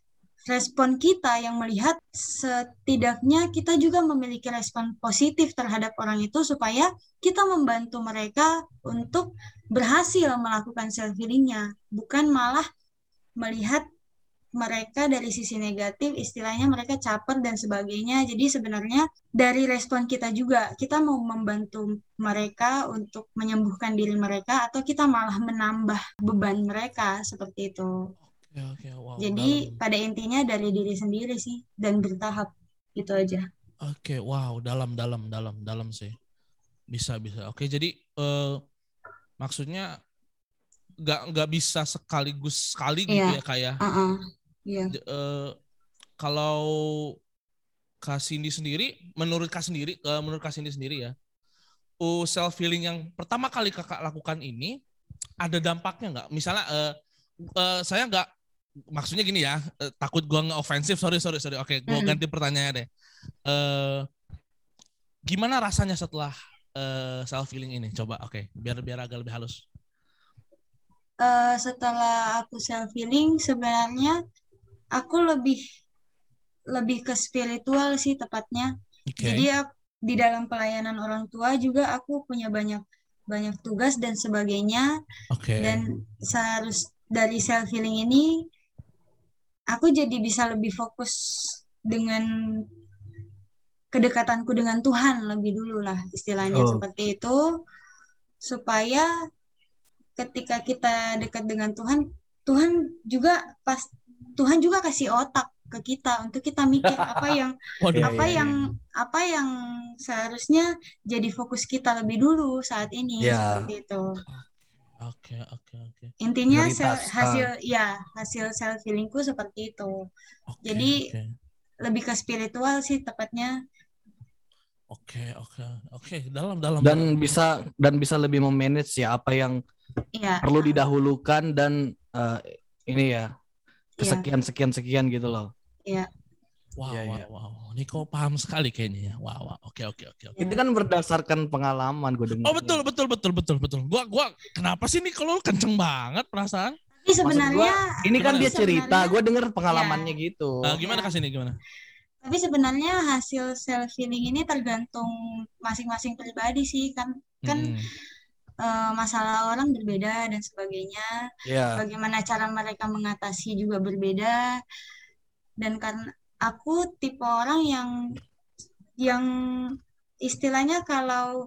respon kita yang melihat, setidaknya kita juga memiliki respon positif terhadap orang itu supaya kita membantu mereka untuk berhasil melakukan self healingnya, bukan malah melihat mereka dari sisi negatif, istilahnya mereka caper dan sebagainya. Jadi sebenarnya dari respon kita juga, kita mau membantu mereka untuk menyembuhkan diri mereka atau kita malah menambah beban mereka, seperti itu. Oke, oke, wow, Jadi dalam. pada intinya dari diri sendiri sih, dan bertahap, itu aja. Oke, wow, dalam, dalam, dalam, dalam sih. Bisa, bisa. Oke, jadi eh, maksudnya nggak nggak bisa sekaligus sekali gitu Iya, ya kayak. uh-uh. Iya. J- eh, kalau Kak Cindy sendiri, menurut Kak sendiri, eh, menurut Kak Cindy sendiri ya, uh, self healing yang pertama kali kakak lakukan ini ada dampaknya nggak? Misalnya, eh, eh, saya nggak, maksudnya gini ya, eh, takut gua nge-offensif, sorry sorry sorry. Oke, gua Mm. ganti pertanyaannya deh. Eh, gimana rasanya setelah eh, self healing ini? Coba, oke, biar biar agak lebih halus. Eh, setelah aku self healing, sebenarnya aku lebih lebih ke spiritual sih tepatnya. Oke, Jadi ak- di dalam pelayanan orang tua juga aku punya banyak banyak tugas dan sebagainya. oke, Dan seharus dari self healing ini aku jadi bisa lebih fokus dengan kedekatanku dengan Tuhan lebih dulu lah, istilahnya Oh, seperti itu, supaya ketika kita dekat dengan Tuhan, Tuhan juga pas Tuhan juga kasih otak ke kita untuk kita mikir apa yang waduh, iya apa iya yang iya. apa yang seharusnya jadi fokus kita lebih dulu saat ini, Ya, seperti itu. oke, oke, oke, Intinya sel- prioritas. hasil Ah, ya hasil self healingku seperti itu. oke, Jadi oke. lebih ke spiritual sih tepatnya. Oke, oke, oke, dalam, dalam, dalam. dan bisa dan bisa lebih memanage ya apa yang Iya, perlu didahulukan dan eh, ini ya iya, kesekian sekian sekian gitu loh. iya, Wow, Iya wow, iya. wow. Niko paham sekali kayaknya ya. Wow, wow. Oke, oke, oke, oke. Itu iya. kan berdasarkan pengalaman gue Oh, betul, dengarnya. betul, betul, betul, betul. Gua, gua, kenapa sih nih kalau kenceng banget perasaan? Tapi Maksud gue sebenarnya, ini kan Gimana? tapi dia cerita, sebenarnya, gue denger ya, pengalamannya gitu. Eh, gimana ya. kasih nih, gimana? Tapi sebenarnya hasil self healing ini tergantung masing-masing pribadi sih, kan kan Mm-mm. eh, masalah orang berbeda dan sebagainya. Ya, Bagaimana cara mereka mengatasi juga berbeda. Dan karena aku tipe orang yang yang istilahnya kalau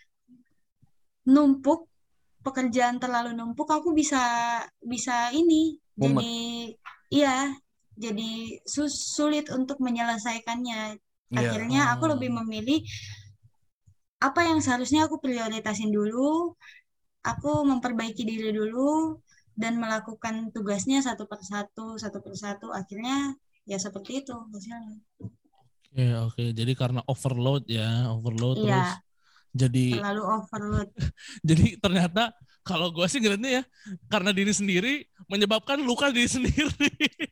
numpuk pekerjaan terlalu numpuk, aku bisa bisa ini mumet. jadi iya jadi sus- sulit untuk menyelesaikannya. Iya. Akhirnya aku lebih Oh, memilih apa yang seharusnya aku prioritasin dulu, aku memperbaiki diri dulu dan melakukan tugasnya satu persatu, satu persatu. Akhirnya ya seperti itu hasilnya. oke, oke. Jadi karena overload ya, overload terus Iya, jadi, terlalu overload. jadi ternyata kalau gua sih ngeliatnya ya, karena diri sendiri menyebabkan luka diri sendiri.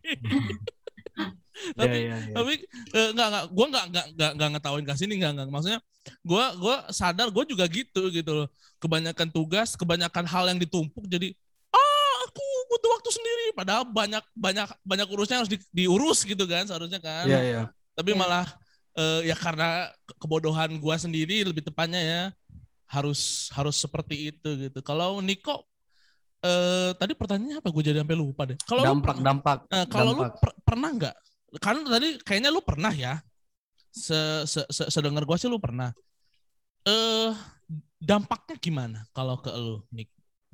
Iya tapi iya iya. tapi eh, nggak nggak gue nggak nggak nggak nggak ngetawain kasih ini nggak nggak maksudnya gue gue sadar gue juga gitu gitu loh, kebanyakan tugas, kebanyakan hal yang ditumpuk, jadi ah aku butuh waktu sendiri padahal banyak banyak banyak urusnya harus di- diurus gitu kan seharusnya kan, Iya Iya, iya. tapi iya. malah eh, ya karena ke- kebodohan gue sendiri lebih tepatnya ya, harus harus seperti itu gitu. Kalau Niko, eh, tadi pertanyaannya apa, gue jadi sampai lupa deh. Kalau lu Dampak per- dampak eh, kalau lu dampak. per- pernah nggak, kan tadi kayaknya lu pernah ya, se, se, se sedengar gue sih lu pernah. Eh dampaknya gimana kalau ke lu, Nick?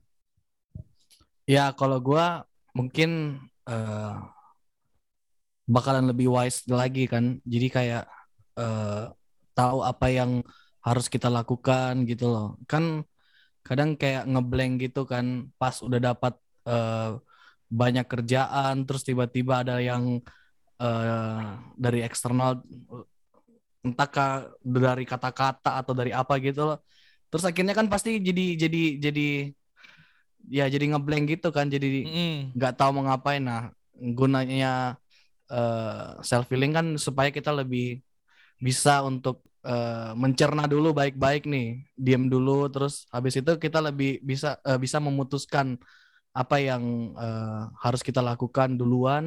Ya kalau gue mungkin eh, bakalan lebih wise lagi kan. Jadi kayak eh, tahu apa yang harus kita lakukan gitu loh. Kan kadang kayak ngeblank gitu kan pas udah dapat eh, banyak kerjaan terus tiba-tiba ada yang eh, dari eksternal entah ka- dari kata-kata atau dari apa gitu loh. Terus akhirnya kan pasti jadi jadi jadi ya jadi ngeblank gitu kan, jadi Mm-mm. nggak tahu mau ngapain. Nah, gunanya self healing kan supaya kita lebih bisa untuk eh, mencerna dulu baik-baik nih, diam dulu, terus habis itu kita lebih bisa eh, bisa memutuskan apa yang eh, harus kita lakukan duluan,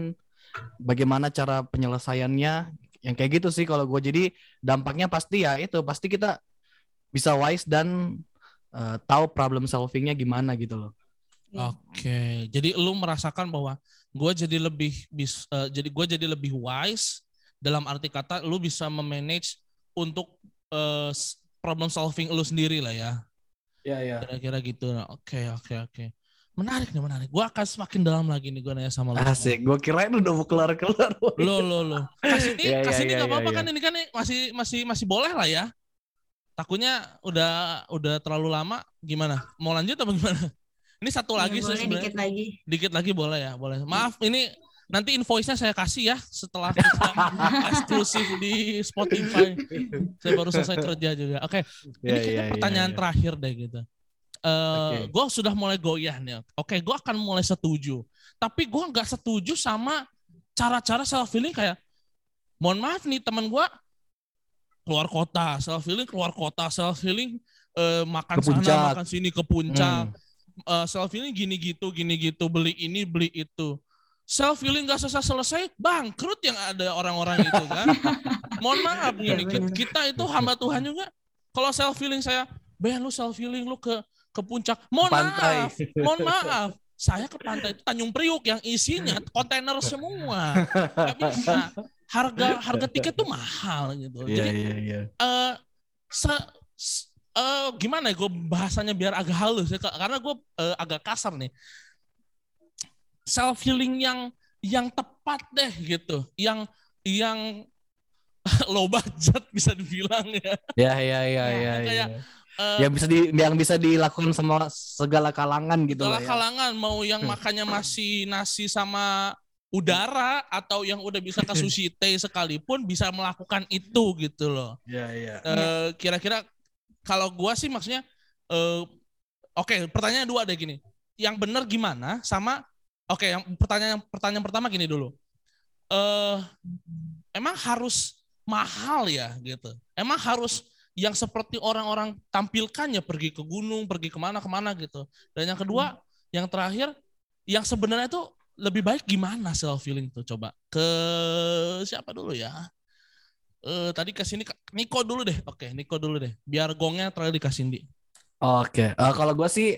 bagaimana cara penyelesaiannya, yang kayak gitu sih kalau gue. Jadi dampaknya pasti ya itu, pasti kita bisa wise dan uh, tahu problem solvingnya gimana gitu loh. Iya. Oke, jadi lu merasakan bahwa gue jadi lebih bis, uh, jadi gue jadi lebih wise dalam arti kata lu bisa memanage untuk uh, problem solving lu sendiri lah ya. Iya, iya. Kira-kira gitu. Oke, oke, oke. Menarik nih, menarik. Gue akan semakin dalam lagi nih gue nanya sama lu. Asik, gue kirain udah mau kelar-kelar. Lo, lo, lo. Kasih ini, Ya, ya, kasih ini ya, nggak apa-apa ya, kan? ya. Ini kan nih masih, masih, masih boleh lah ya. Takutnya udah, udah terlalu lama. Gimana? Mau lanjut apa gimana? Ini satu Ya, lagi sih boleh sebenarnya. dikit lagi. Dikit lagi boleh ya, boleh. Maaf, ini nanti invoice-nya saya kasih ya setelah kita eksklusif di Spotify. Saya baru selesai kerja juga. Oke, ini Ya, kayaknya ya, pertanyaan ya, ya. terakhir deh gitu. Uh, Oke. Gue sudah mulai goyah nih. Oke, gue akan mulai setuju. Tapi gue nggak setuju sama cara-cara self healing kayak, mohon maaf nih teman gue keluar kota, self healing keluar kota, self healing uh, makan Ke puncak. sana, makan sini ke puncak. Hmm. Uh, self healing gini gitu, gini gitu, beli ini, beli itu. Self healing nggak selesai-selesai, bangkrut yang ada orang-orang itu kan. Mohon maaf gini, benar. kita itu hamba Tuhan juga. Kalau self healing saya, Ben lu self healing lu ke ke puncak. Mohon Pantai. maaf, mohon maaf. Saya ke pantai itu Tanjung Priuk yang isinya kontainer semua. Gak bisa. Harga harga tiket tuh mahal gitu. Iya, Jadi iya, iya. eh se, se- eh, gimana ya gue bahasanya biar agak halus ya, karena gue eh, agak kasar nih. Self healing yang yang tepat deh gitu. Yang yang low budget bisa dibilang ya. Ya, ya, ya, Ya, ya, kayak, ya. Eh, Yang bisa di yang bisa dilakukan sama segala kalangan gitu segala lah ya. kalangan, mau yang makannya masih nasi sama udara atau yang udah bisa ke sushi teh sekalipun bisa melakukan itu gitu loh. Iya, iya. Eh, kira-kira kalau gua sih maksudnya eh, oke, pertanyaan dua ada gini. Yang benar gimana sama oke, yang pertanyaan pertanyaan pertama gini dulu. Eh emang harus mahal ya gitu. Emang harus yang seperti orang-orang tampilkan ya, pergi ke gunung, pergi kemana-kemana gitu. Dan yang kedua, yang terakhir, yang sebenarnya itu lebih baik gimana self healing tuh, coba ke siapa dulu ya? Eh tadi ke sini Niko dulu deh. Oke, Niko dulu deh. Biar gongnya terakhir dikasih Di. Oke, eh, kalau gue sih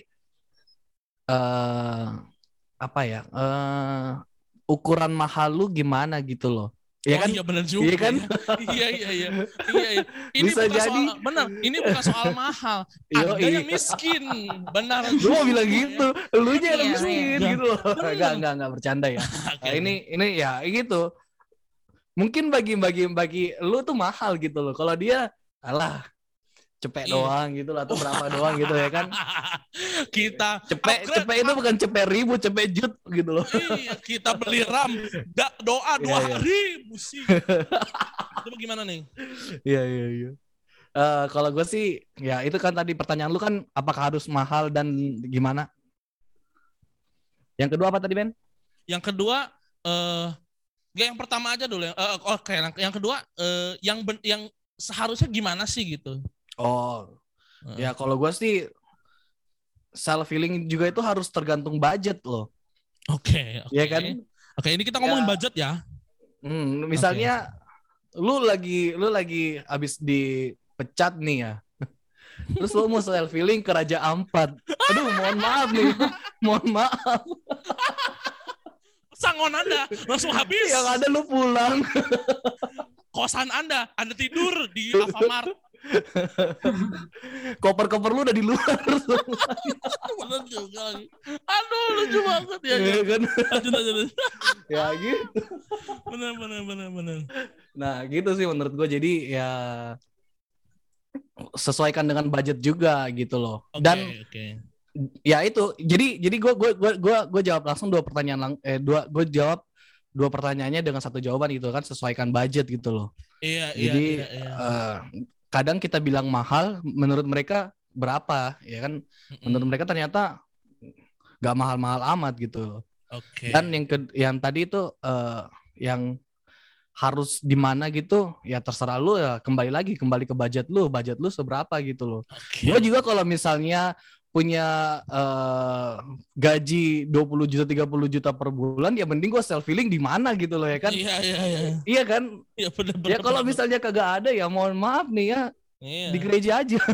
eh apa ya? Eh ukuran mahal lu gimana gitu loh. Iya Oh kan? iya benar juga. Iya kan? Ya. iya iya iya. Iya iya. Ini Bisa bukan jadi. soal benar, ini bukan soal mahal. Anda Yoi. yang miskin. Benar. Gue mau bilang gitu, lu nya yang Iya, miskin iya. gitu loh. Enggak, enggak, enggak bercanda ya. Oke, Nah, ini ini ya gitu. Mungkin bagi bagi bagi lu tuh mahal gitu loh. Kalau dia alah cepet Iya. doang gitu lah atau berapa doang gitu ya kan. kita Cepet upgrade, cepet itu bukan cepet ribu, cepet jut gitu loh. iya, kita beli RAM da, doa dua Iya, iya. hari musik. Itu gimana nih? Iya, iya, iya. Eh, kalau gue sih ya itu kan tadi pertanyaan lu kan apakah harus mahal dan gimana? Yang kedua apa tadi, Ben? Yang kedua eh ya yang pertama aja dulu ya. Eh, Oke, yang kedua eh, yang ben, yang seharusnya gimana sih gitu? Oh, Eh, ya kalau gue sih self healing juga itu harus tergantung budget loh. Oke, oke. Iya kan? Oke, ini kita ngomongin Ya. budget ya. Hmm, misalnya lu lagi lu lagi habis dipecat nih ya. Terus lu mau self healing ke Raja Ampat. Aduh, mohon maaf nih. Mohon maaf. Sangon Anda langsung habis. Yang ada lu pulang. Kosan Anda, Anda tidur di Alfamart. Koper-koper lu udah di luar. Bener juga lagi. Aduh, lucu banget ya. Iya kan? Lanjut, lanjut, lanjut. Ya gitu. Bener, bener, bener, bener. Nah, gitu sih menurut gue. Jadi ya sesuaikan dengan budget juga gitu loh. Oke, Dan oke. ya itu. Jadi jadi gue gue gue gue gue jawab langsung dua pertanyaan lang eh dua gue jawab dua pertanyaannya dengan satu jawaban gitu kan, sesuaikan budget gitu loh. Iya, iya, Jadi iya, iya. eh, kadang kita bilang mahal, menurut mereka berapa, ya kan? Menurut mereka ternyata nggak mahal-mahal amat gitu. Oke. Dan yang ke, yang tadi itu eh, yang harus di mana gitu, ya terserah lu ya. Kembali lagi, kembali ke budget lu, budget lu seberapa gitu loh. Oke. Gue juga kalau misalnya punya uh, gaji dua puluh juta tiga puluh juta per bulan, ya mending gue self healing di mana gitu loh ya kan. Iya iya iya. Iya kan? Iya benar-benar. Ya kalau misalnya kagak ada ya mohon maaf nih ya. Iya. Di gereja aja.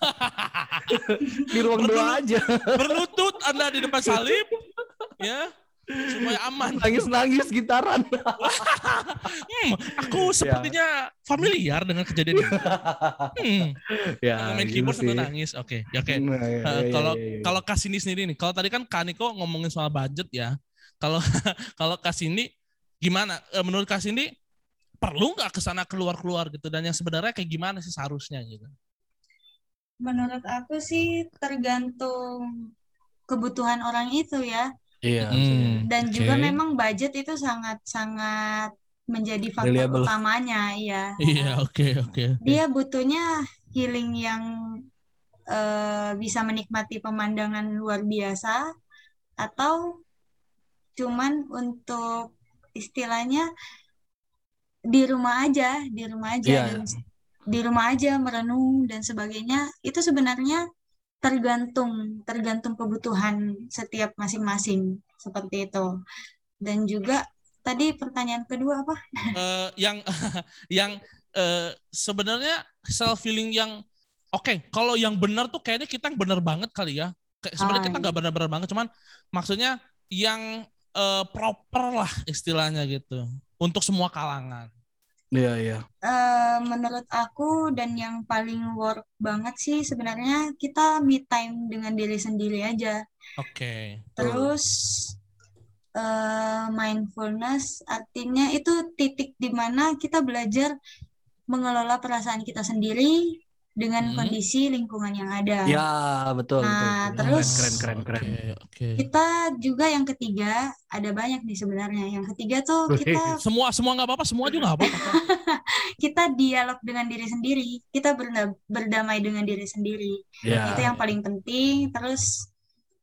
Di ruang Berlutut, doa aja. Berlutut Anda di depan salib. Ya. Supaya aman. Nangis-nangis gitaran. hmm, aku sepertinya ya. familiar dengan kejadian ini. Hmm. Ya, main gitu keyboard sambil nangis. Oke, okay. oke. Okay. Nah, ya, uh, ya, kalau ya, ya, ya. kalau Kasini sendiri nih, kalau tadi kan Kaniko ngomongin soal budget ya. Kalau kalau Kasini gimana? Menurut Kasini perlu nggak kesana keluar-keluar gitu, dan yang sebenarnya kayak gimana sih seharusnya gitu? Menurut aku sih tergantung kebutuhan orang itu ya. Iya. Hmm, dan okay. juga memang budget itu sangat-sangat menjadi faktor Reliable. utamanya, ya. Iya, oke, okay, oke. Okay, okay. Dia butuhnya healing yang uh, bisa menikmati pemandangan luar biasa, atau cuman untuk istilahnya di rumah aja, di rumah aja, yeah. dan di rumah aja merenung dan sebagainya. Itu sebenarnya tergantung tergantung kebutuhan setiap masing-masing, seperti itu. Dan juga tadi pertanyaan kedua apa? Uh, yang yang uh, sebenarnya self healing yang oke, okay, kalau yang benar tuh kayaknya kita benar banget kali ya. Sebenarnya kita nggak benar-benar banget, cuman maksudnya yang uh, proper lah istilahnya gitu untuk semua kalangan. Iya, iya. Uh, menurut aku dan yang paling work banget sih sebenarnya kita me time dengan diri sendiri aja. Oke. Okay. Terus uh, mindfulness artinya itu titik di mana kita belajar mengelola perasaan kita sendiri dengan hmm. kondisi lingkungan yang ada. Ya, betul. Nah, betul. terus keren, keren, keren. Okay, okay. Kita juga yang ketiga, ada banyak nih sebenarnya. Yang ketiga tuh kita semua semua nggak apa-apa, semua juga nggak apa-apa. Kita dialog dengan diri sendiri, kita berdamai dengan diri sendiri. Yeah. Itu yang paling penting. Terus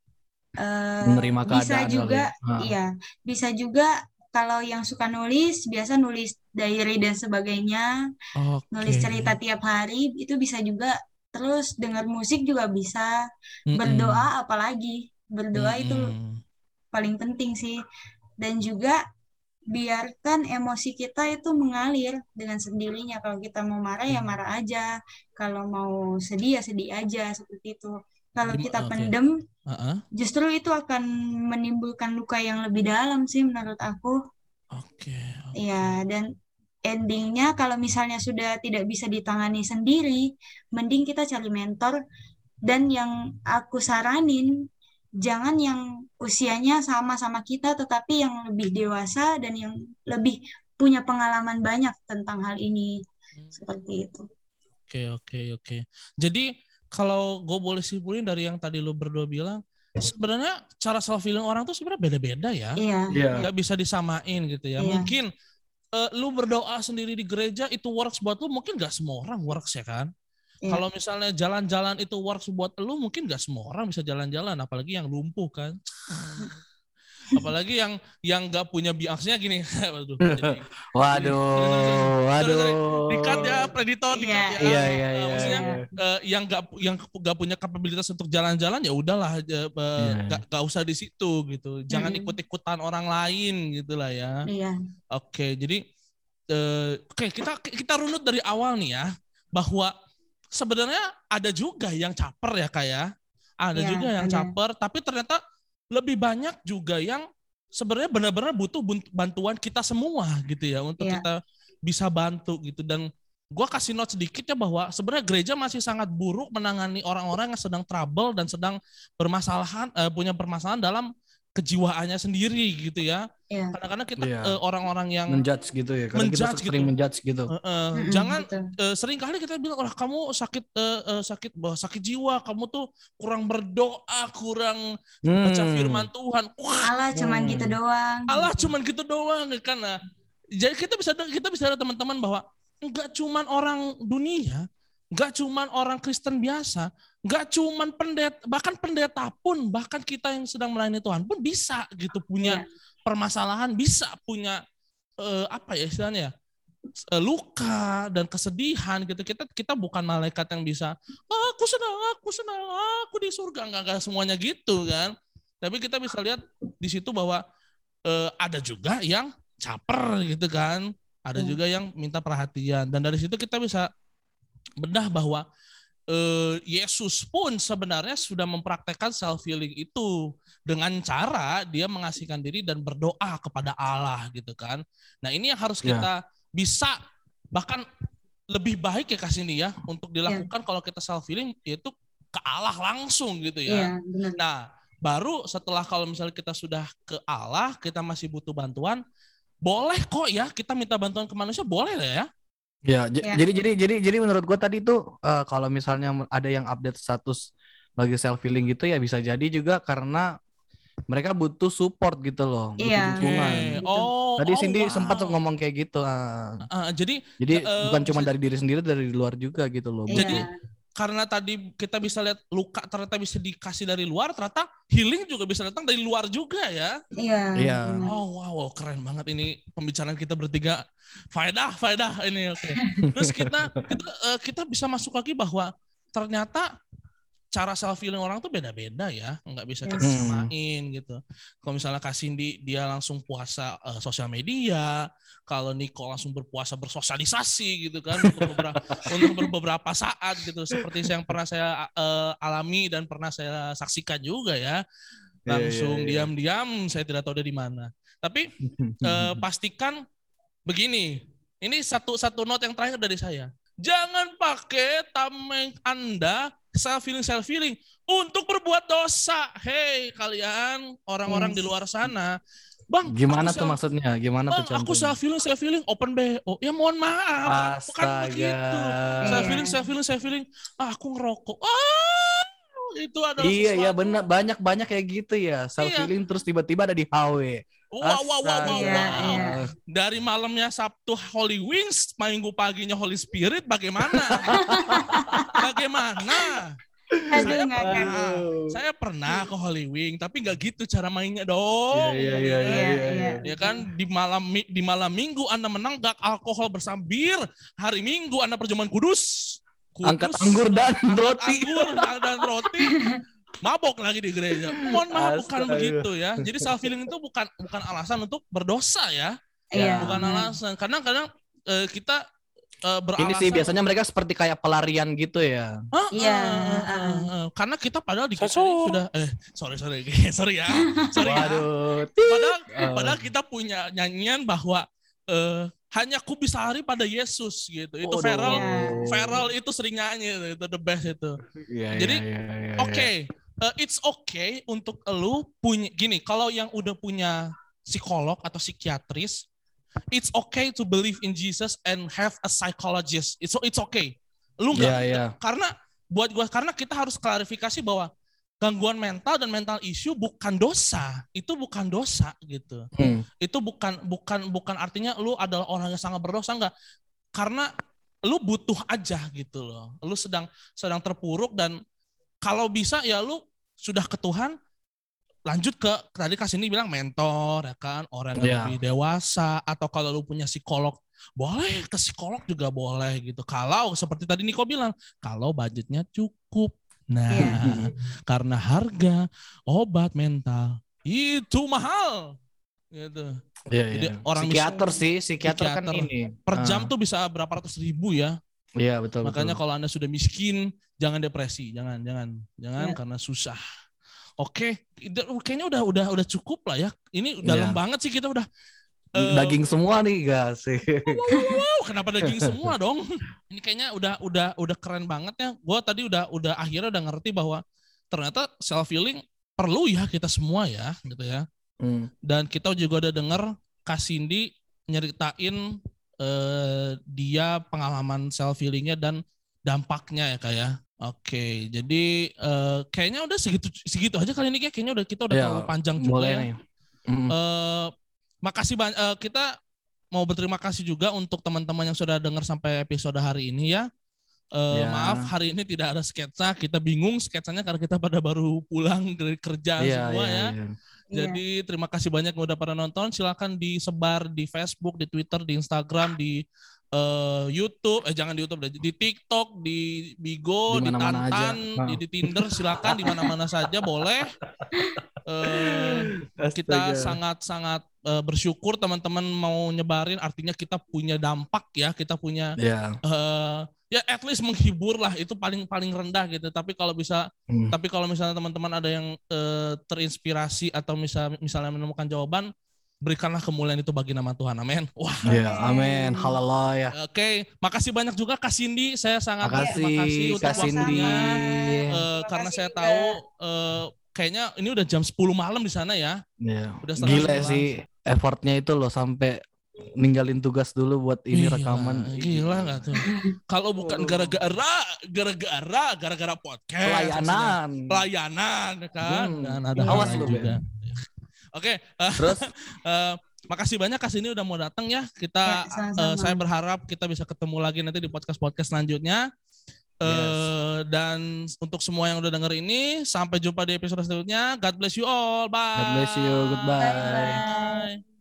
uh, menerima keadaan. Bisa juga, ya. iya, bisa juga. Kalau yang suka nulis, biasa nulis diary dan sebagainya, okay. nulis cerita tiap hari, itu bisa juga. Terus dengar musik juga bisa, Mm-mm. berdoa apalagi, berdoa Mm-mm. itu paling penting sih. Dan juga biarkan emosi kita itu mengalir dengan sendirinya. Kalau kita mau marah ya marah aja, kalau mau sedih ya sedih aja, seperti itu. Kalau kita okay. pendem, uh-uh. justru itu akan menimbulkan luka yang lebih dalam sih menurut aku. Oke. Okay, okay. Ya, dan endingnya kalau misalnya sudah tidak bisa ditangani sendiri, mending kita cari mentor. Dan yang aku saranin, jangan yang usianya sama-sama kita, tetapi yang lebih dewasa dan yang lebih punya pengalaman banyak tentang hal ini. Seperti itu. Oke, oke, oke. Jadi kalau gue boleh simpulin dari yang tadi lo berdua bilang, sebenarnya cara self healing orang tuh sebenarnya beda-beda ya. Iya. Gak bisa disamain gitu ya. Iya. Mungkin uh, lu berdoa sendiri di gereja itu works buat lu, mungkin gak semua orang works ya kan. Iya. Kalau misalnya jalan-jalan itu works buat lu, mungkin gak semua orang bisa jalan-jalan, apalagi yang lumpuh kan. Apalagi yang yang nggak punya biasanya gini. Waduh. Jadi, waduh, waduh. Dikat ya, predator dikat yeah. ya. Iya, iya, iya. Maksudnya iya. Uh, yang nggak yang nggak punya kapabilitas untuk jalan-jalan ya udahlah, nggak uh, yeah. usah di situ gitu. Jangan mm. ikut-ikutan orang lain gitulah ya. Iya. Oke, okay, jadi uh, oke okay, kita kita runut dari awal nih ya, bahwa sebenarnya ada juga yang caper ya kayak, ada yeah, juga yang ada. caper, tapi ternyata lebih banyak juga yang sebenarnya benar-benar butuh bantuan kita semua gitu ya untuk yeah. kita bisa bantu gitu. Dan gue kasih note sedikit ya bahwa sebenarnya gereja masih sangat buruk menangani orang-orang yang sedang trouble dan sedang bermasalahan, uh, punya permasalahan dalam kejiwaannya sendiri gitu ya. Yeah. Kadang-kadang kita yeah. uh, orang-orang yang menjudge gitu ya. Karena menjudge kita sering gitu. menjudge gitu. Uh, uh, mm-hmm, jangan uh, sering kali kita bilang, oh kamu sakit uh, uh, sakit bah, sakit jiwa, kamu tuh kurang berdoa, kurang hmm. baca firman Tuhan. Wah, Allah hmm. cuman gitu doang. Allah cuman gitu doang kan. Nah, jadi kita bisa kita bisa ada teman-teman bahwa enggak cuman orang dunia, enggak cuman orang Kristen biasa, enggak cuman pendeta, bahkan pendeta pun, bahkan kita yang sedang melayani Tuhan pun bisa gitu punya yeah. permasalahan, bisa punya uh, apa ya istilahnya, uh, luka dan kesedihan gitu. Kita kita bukan malaikat yang bisa, oh aku senang, aku senang, aku di surga. Enggak, enggak semuanya gitu kan. Tapi kita bisa lihat di situ bahwa eh, ada juga yang caper gitu kan. Ada Hmm. juga yang minta perhatian. Dan dari situ kita bisa bedah bahwa eh, Yesus pun sebenarnya sudah mempraktekkan self-healing itu dengan cara dia mengasihkan diri dan berdoa kepada Allah gitu kan. Nah ini yang harus Ya. kita bisa bahkan lebih baik ya kasih ini ya untuk dilakukan kalau kita self-healing yaitu ke Allah langsung gitu ya. Iya, benar. Nah baru setelah kalau misalnya kita sudah ke Allah kita masih butuh bantuan, boleh kok ya kita minta bantuan ke manusia, boleh lah ya. Ya, j- Ya. jadi jadi jadi jadi menurut gua tadi tuh eh, kalau misalnya ada yang update status bagi self healing gitu ya bisa jadi juga karena mereka butuh support gitu loh, butuh Iya. dukungan. Oke. Gitu. Oh, Tadi oh, Cindy wow. sempat tuh ngomong kayak gitu. ah. Ah, jadi Jadi eh, bukan cuma bisa- dari diri sendiri, dari luar juga gitu loh. Iya. Jadi karena tadi kita bisa lihat luka ternyata bisa dikasih dari luar, ternyata healing juga bisa datang dari luar juga ya. Iya. Iya. benar. Oh wow, wow, keren banget ini pembicaraan kita bertiga. Faedah, faedah ini oke. Terus kita kita eh, kita bisa masuk lagi bahwa ternyata cara self healing orang tuh beda-beda ya, nggak bisa kita Yes. samain gitu. Kalau misalnya Kak Cindy dia langsung puasa eh, sosial media, kalau Nico langsung berpuasa bersosialisasi gitu kan untuk beberapa untuk beberapa saat gitu, seperti yang pernah saya eh, alami dan pernah saya saksikan juga ya. Langsung Iya, iya, iya. diam-diam, saya tidak tahu dari mana. Tapi eh, pastikan begini, ini satu satu note yang terakhir dari saya. Jangan pakai tameng Anda self-healing self-healing untuk berbuat dosa. Hei kalian orang-orang Yes. di luar sana. Bang, Gimana aku tuh self- maksudnya? Gimana Bang, tuh aku contohnya? self-healing self-healing open B O. Ya mohon maaf, bukan Astaga. begitu. Iya. Self-healing self-healing self-healing. Ah, aku ngerokok. Ah, itu adalah Iya, iya sesuatu. benar, banyak-banyak kayak gitu ya. Self healing terus tiba-tiba ada di H W. Wow, wow, wow, wow, Iya, wow. iya. Dari malamnya Sabtu Holy Wings, minggu paginya Holy Spirit, bagaimana? Bagaimana? Aduh, Saya ngakak. pernah, saya pernah ke Holy Wing, tapi nggak gitu cara mainnya dong. Iya, iya, iya, Iya, iya, iya. iya. Ya kan di malam mi- di malam minggu Anda menenggak alkohol bersama bir, hari Minggu Anda perjamuan kudus. Kudus, Angkat anggur dan angkat roti. anggur dan roti. Mabok lagi di gereja. Mohon maaf bukan Astaga. begitu ya. Jadi self healing itu bukan bukan alasan untuk berdosa ya. Iya. Bukan benar. alasan. Kadang-kadang eh, kita eh, beralasan. Ini sih biasanya mereka seperti kayak pelarian gitu ya. Hah? Iya, Eh, eh, ah. eh, eh. Karena kita padahal di kita Sosok. ini sudah eh sorry sorry sorry ya. Sorry ya. Waduh. Padahal Eh. padahal kita punya nyanyian bahwa eh, hanya ku bisa hari pada Yesus gitu. Itu Waduh. Feral Iya. Feral itu sering nyanyi itu the best itu. Iya, Jadi, iya, iya, iya, Oke, eh, it's okay untuk lu punya gini. Kalau yang udah punya psikolog atau psikiatris, it's okay to believe in Jesus and have a psychologist. It's it's okay. Lu Iya, nggak iya. karena buat gua karena kita harus klarifikasi bahwa gangguan mental dan mental issue bukan dosa. Itu bukan dosa gitu. Hmm. Itu bukan bukan bukan artinya lu adalah orang yang sangat berdosa, enggak. Karena lu butuh aja gitu loh. Lu sedang sedang terpuruk dan kalau bisa ya lu sudah ke Tuhan, lanjut ke tadi Kak Cindy bilang mentor ya kan, orang yang Iya. lebih dewasa, atau kalau lu punya psikolog, boleh ke psikolog juga boleh gitu. Kalau seperti tadi Niko bilang, kalau budgetnya cukup. Nah, Iya. karena harga obat mental itu mahal gitu. Iya, Jadi iya. orang psikiater misal- sih, psikiater, kan psikiater. ini. Per jam Ah. tuh bisa berapa ratus ribu ya. Iya, betul, Makanya betul. kalau Anda sudah miskin, jangan depresi, jangan, jangan, jangan Ya. karena susah. Oke, itu kayaknya udah udah udah cukup lah ya. Ini dalam Iya. banget sih kita udah. eh, Daging semua nih, gak sih? Wow, kenapa daging semua dong? Ini kayaknya udah udah udah keren banget ya. Gue tadi udah udah akhirnya udah ngerti bahwa ternyata self healing perlu ya kita semua ya, gitu ya. Hmm. Dan kita juga udah denger Kak Cindy nyeritain eh, dia pengalaman self healingnya dan dampaknya ya Kak ya. Oke, jadi eh, kayaknya udah segitu segitu aja kali ini Kak. Kayaknya udah kita udah Ya, terlalu panjang juga Boleh ya. nih. Hmm. Eh, makasih banyak. eh, kita mau berterima kasih juga untuk teman-teman yang sudah dengar sampai episode hari ini ya. Eh, Ya. Maaf hari ini tidak ada sketsa. Kita bingung sketsanya karena kita pada baru pulang dari kerja Iya, semua iya, ya. iya. Jadi terima kasih banyak yang udah pada nonton. Silakan disebar di Facebook, di Twitter, di Instagram, di eh, YouTube, eh jangan di YouTube, deh, di TikTok, di Bigo, Di di mana-mana aja. Tantan, Nah. di, di Tinder, silakan di mana-mana saja boleh. Eh, kita Astaga. sangat-sangat eh, bersyukur teman-teman mau nyebarin, artinya kita punya dampak ya, kita punya Ya. eh, ya at least menghibur lah, itu paling paling rendah gitu. Tapi kalau bisa, Hmm. tapi kalau misalnya teman-teman ada yang eh, terinspirasi atau misal, misalnya menemukan jawaban, berikanlah kemuliaan itu bagi nama Tuhan, amin. Wah, Ya, amin. Haleluya. oke, makasih banyak juga Kak Cindy, saya sangat Makasih, terima kasih untuk Kak Cindy. waktunya. Eh, Terima karena kasih saya juga. tahu eh, kayaknya ini udah jam sepuluh malam di sana ya. Ya. Udah setengah Gila sebelas. sih effortnya itu loh sampai ninggalin tugas dulu buat ini Gila, rekaman. Gila nggak tuh? Kalau bukan gara-gara, gara-gara, gara-gara podcast, Pelayanan. pelayanan kan, Hmm. dan ada Awas hal lain lu, juga. Oke, eh, Terus eh, makasih banyak Kak Cindy udah mau datang ya. Kita, Ya, sama-sama. eh, saya berharap kita bisa ketemu lagi nanti di podcast-podcast selanjutnya. Eh, dan untuk semua yang udah denger ini, sampai jumpa di episode selanjutnya. God bless you all. Bye. God bless you. Goodbye. Bye-bye. Bye.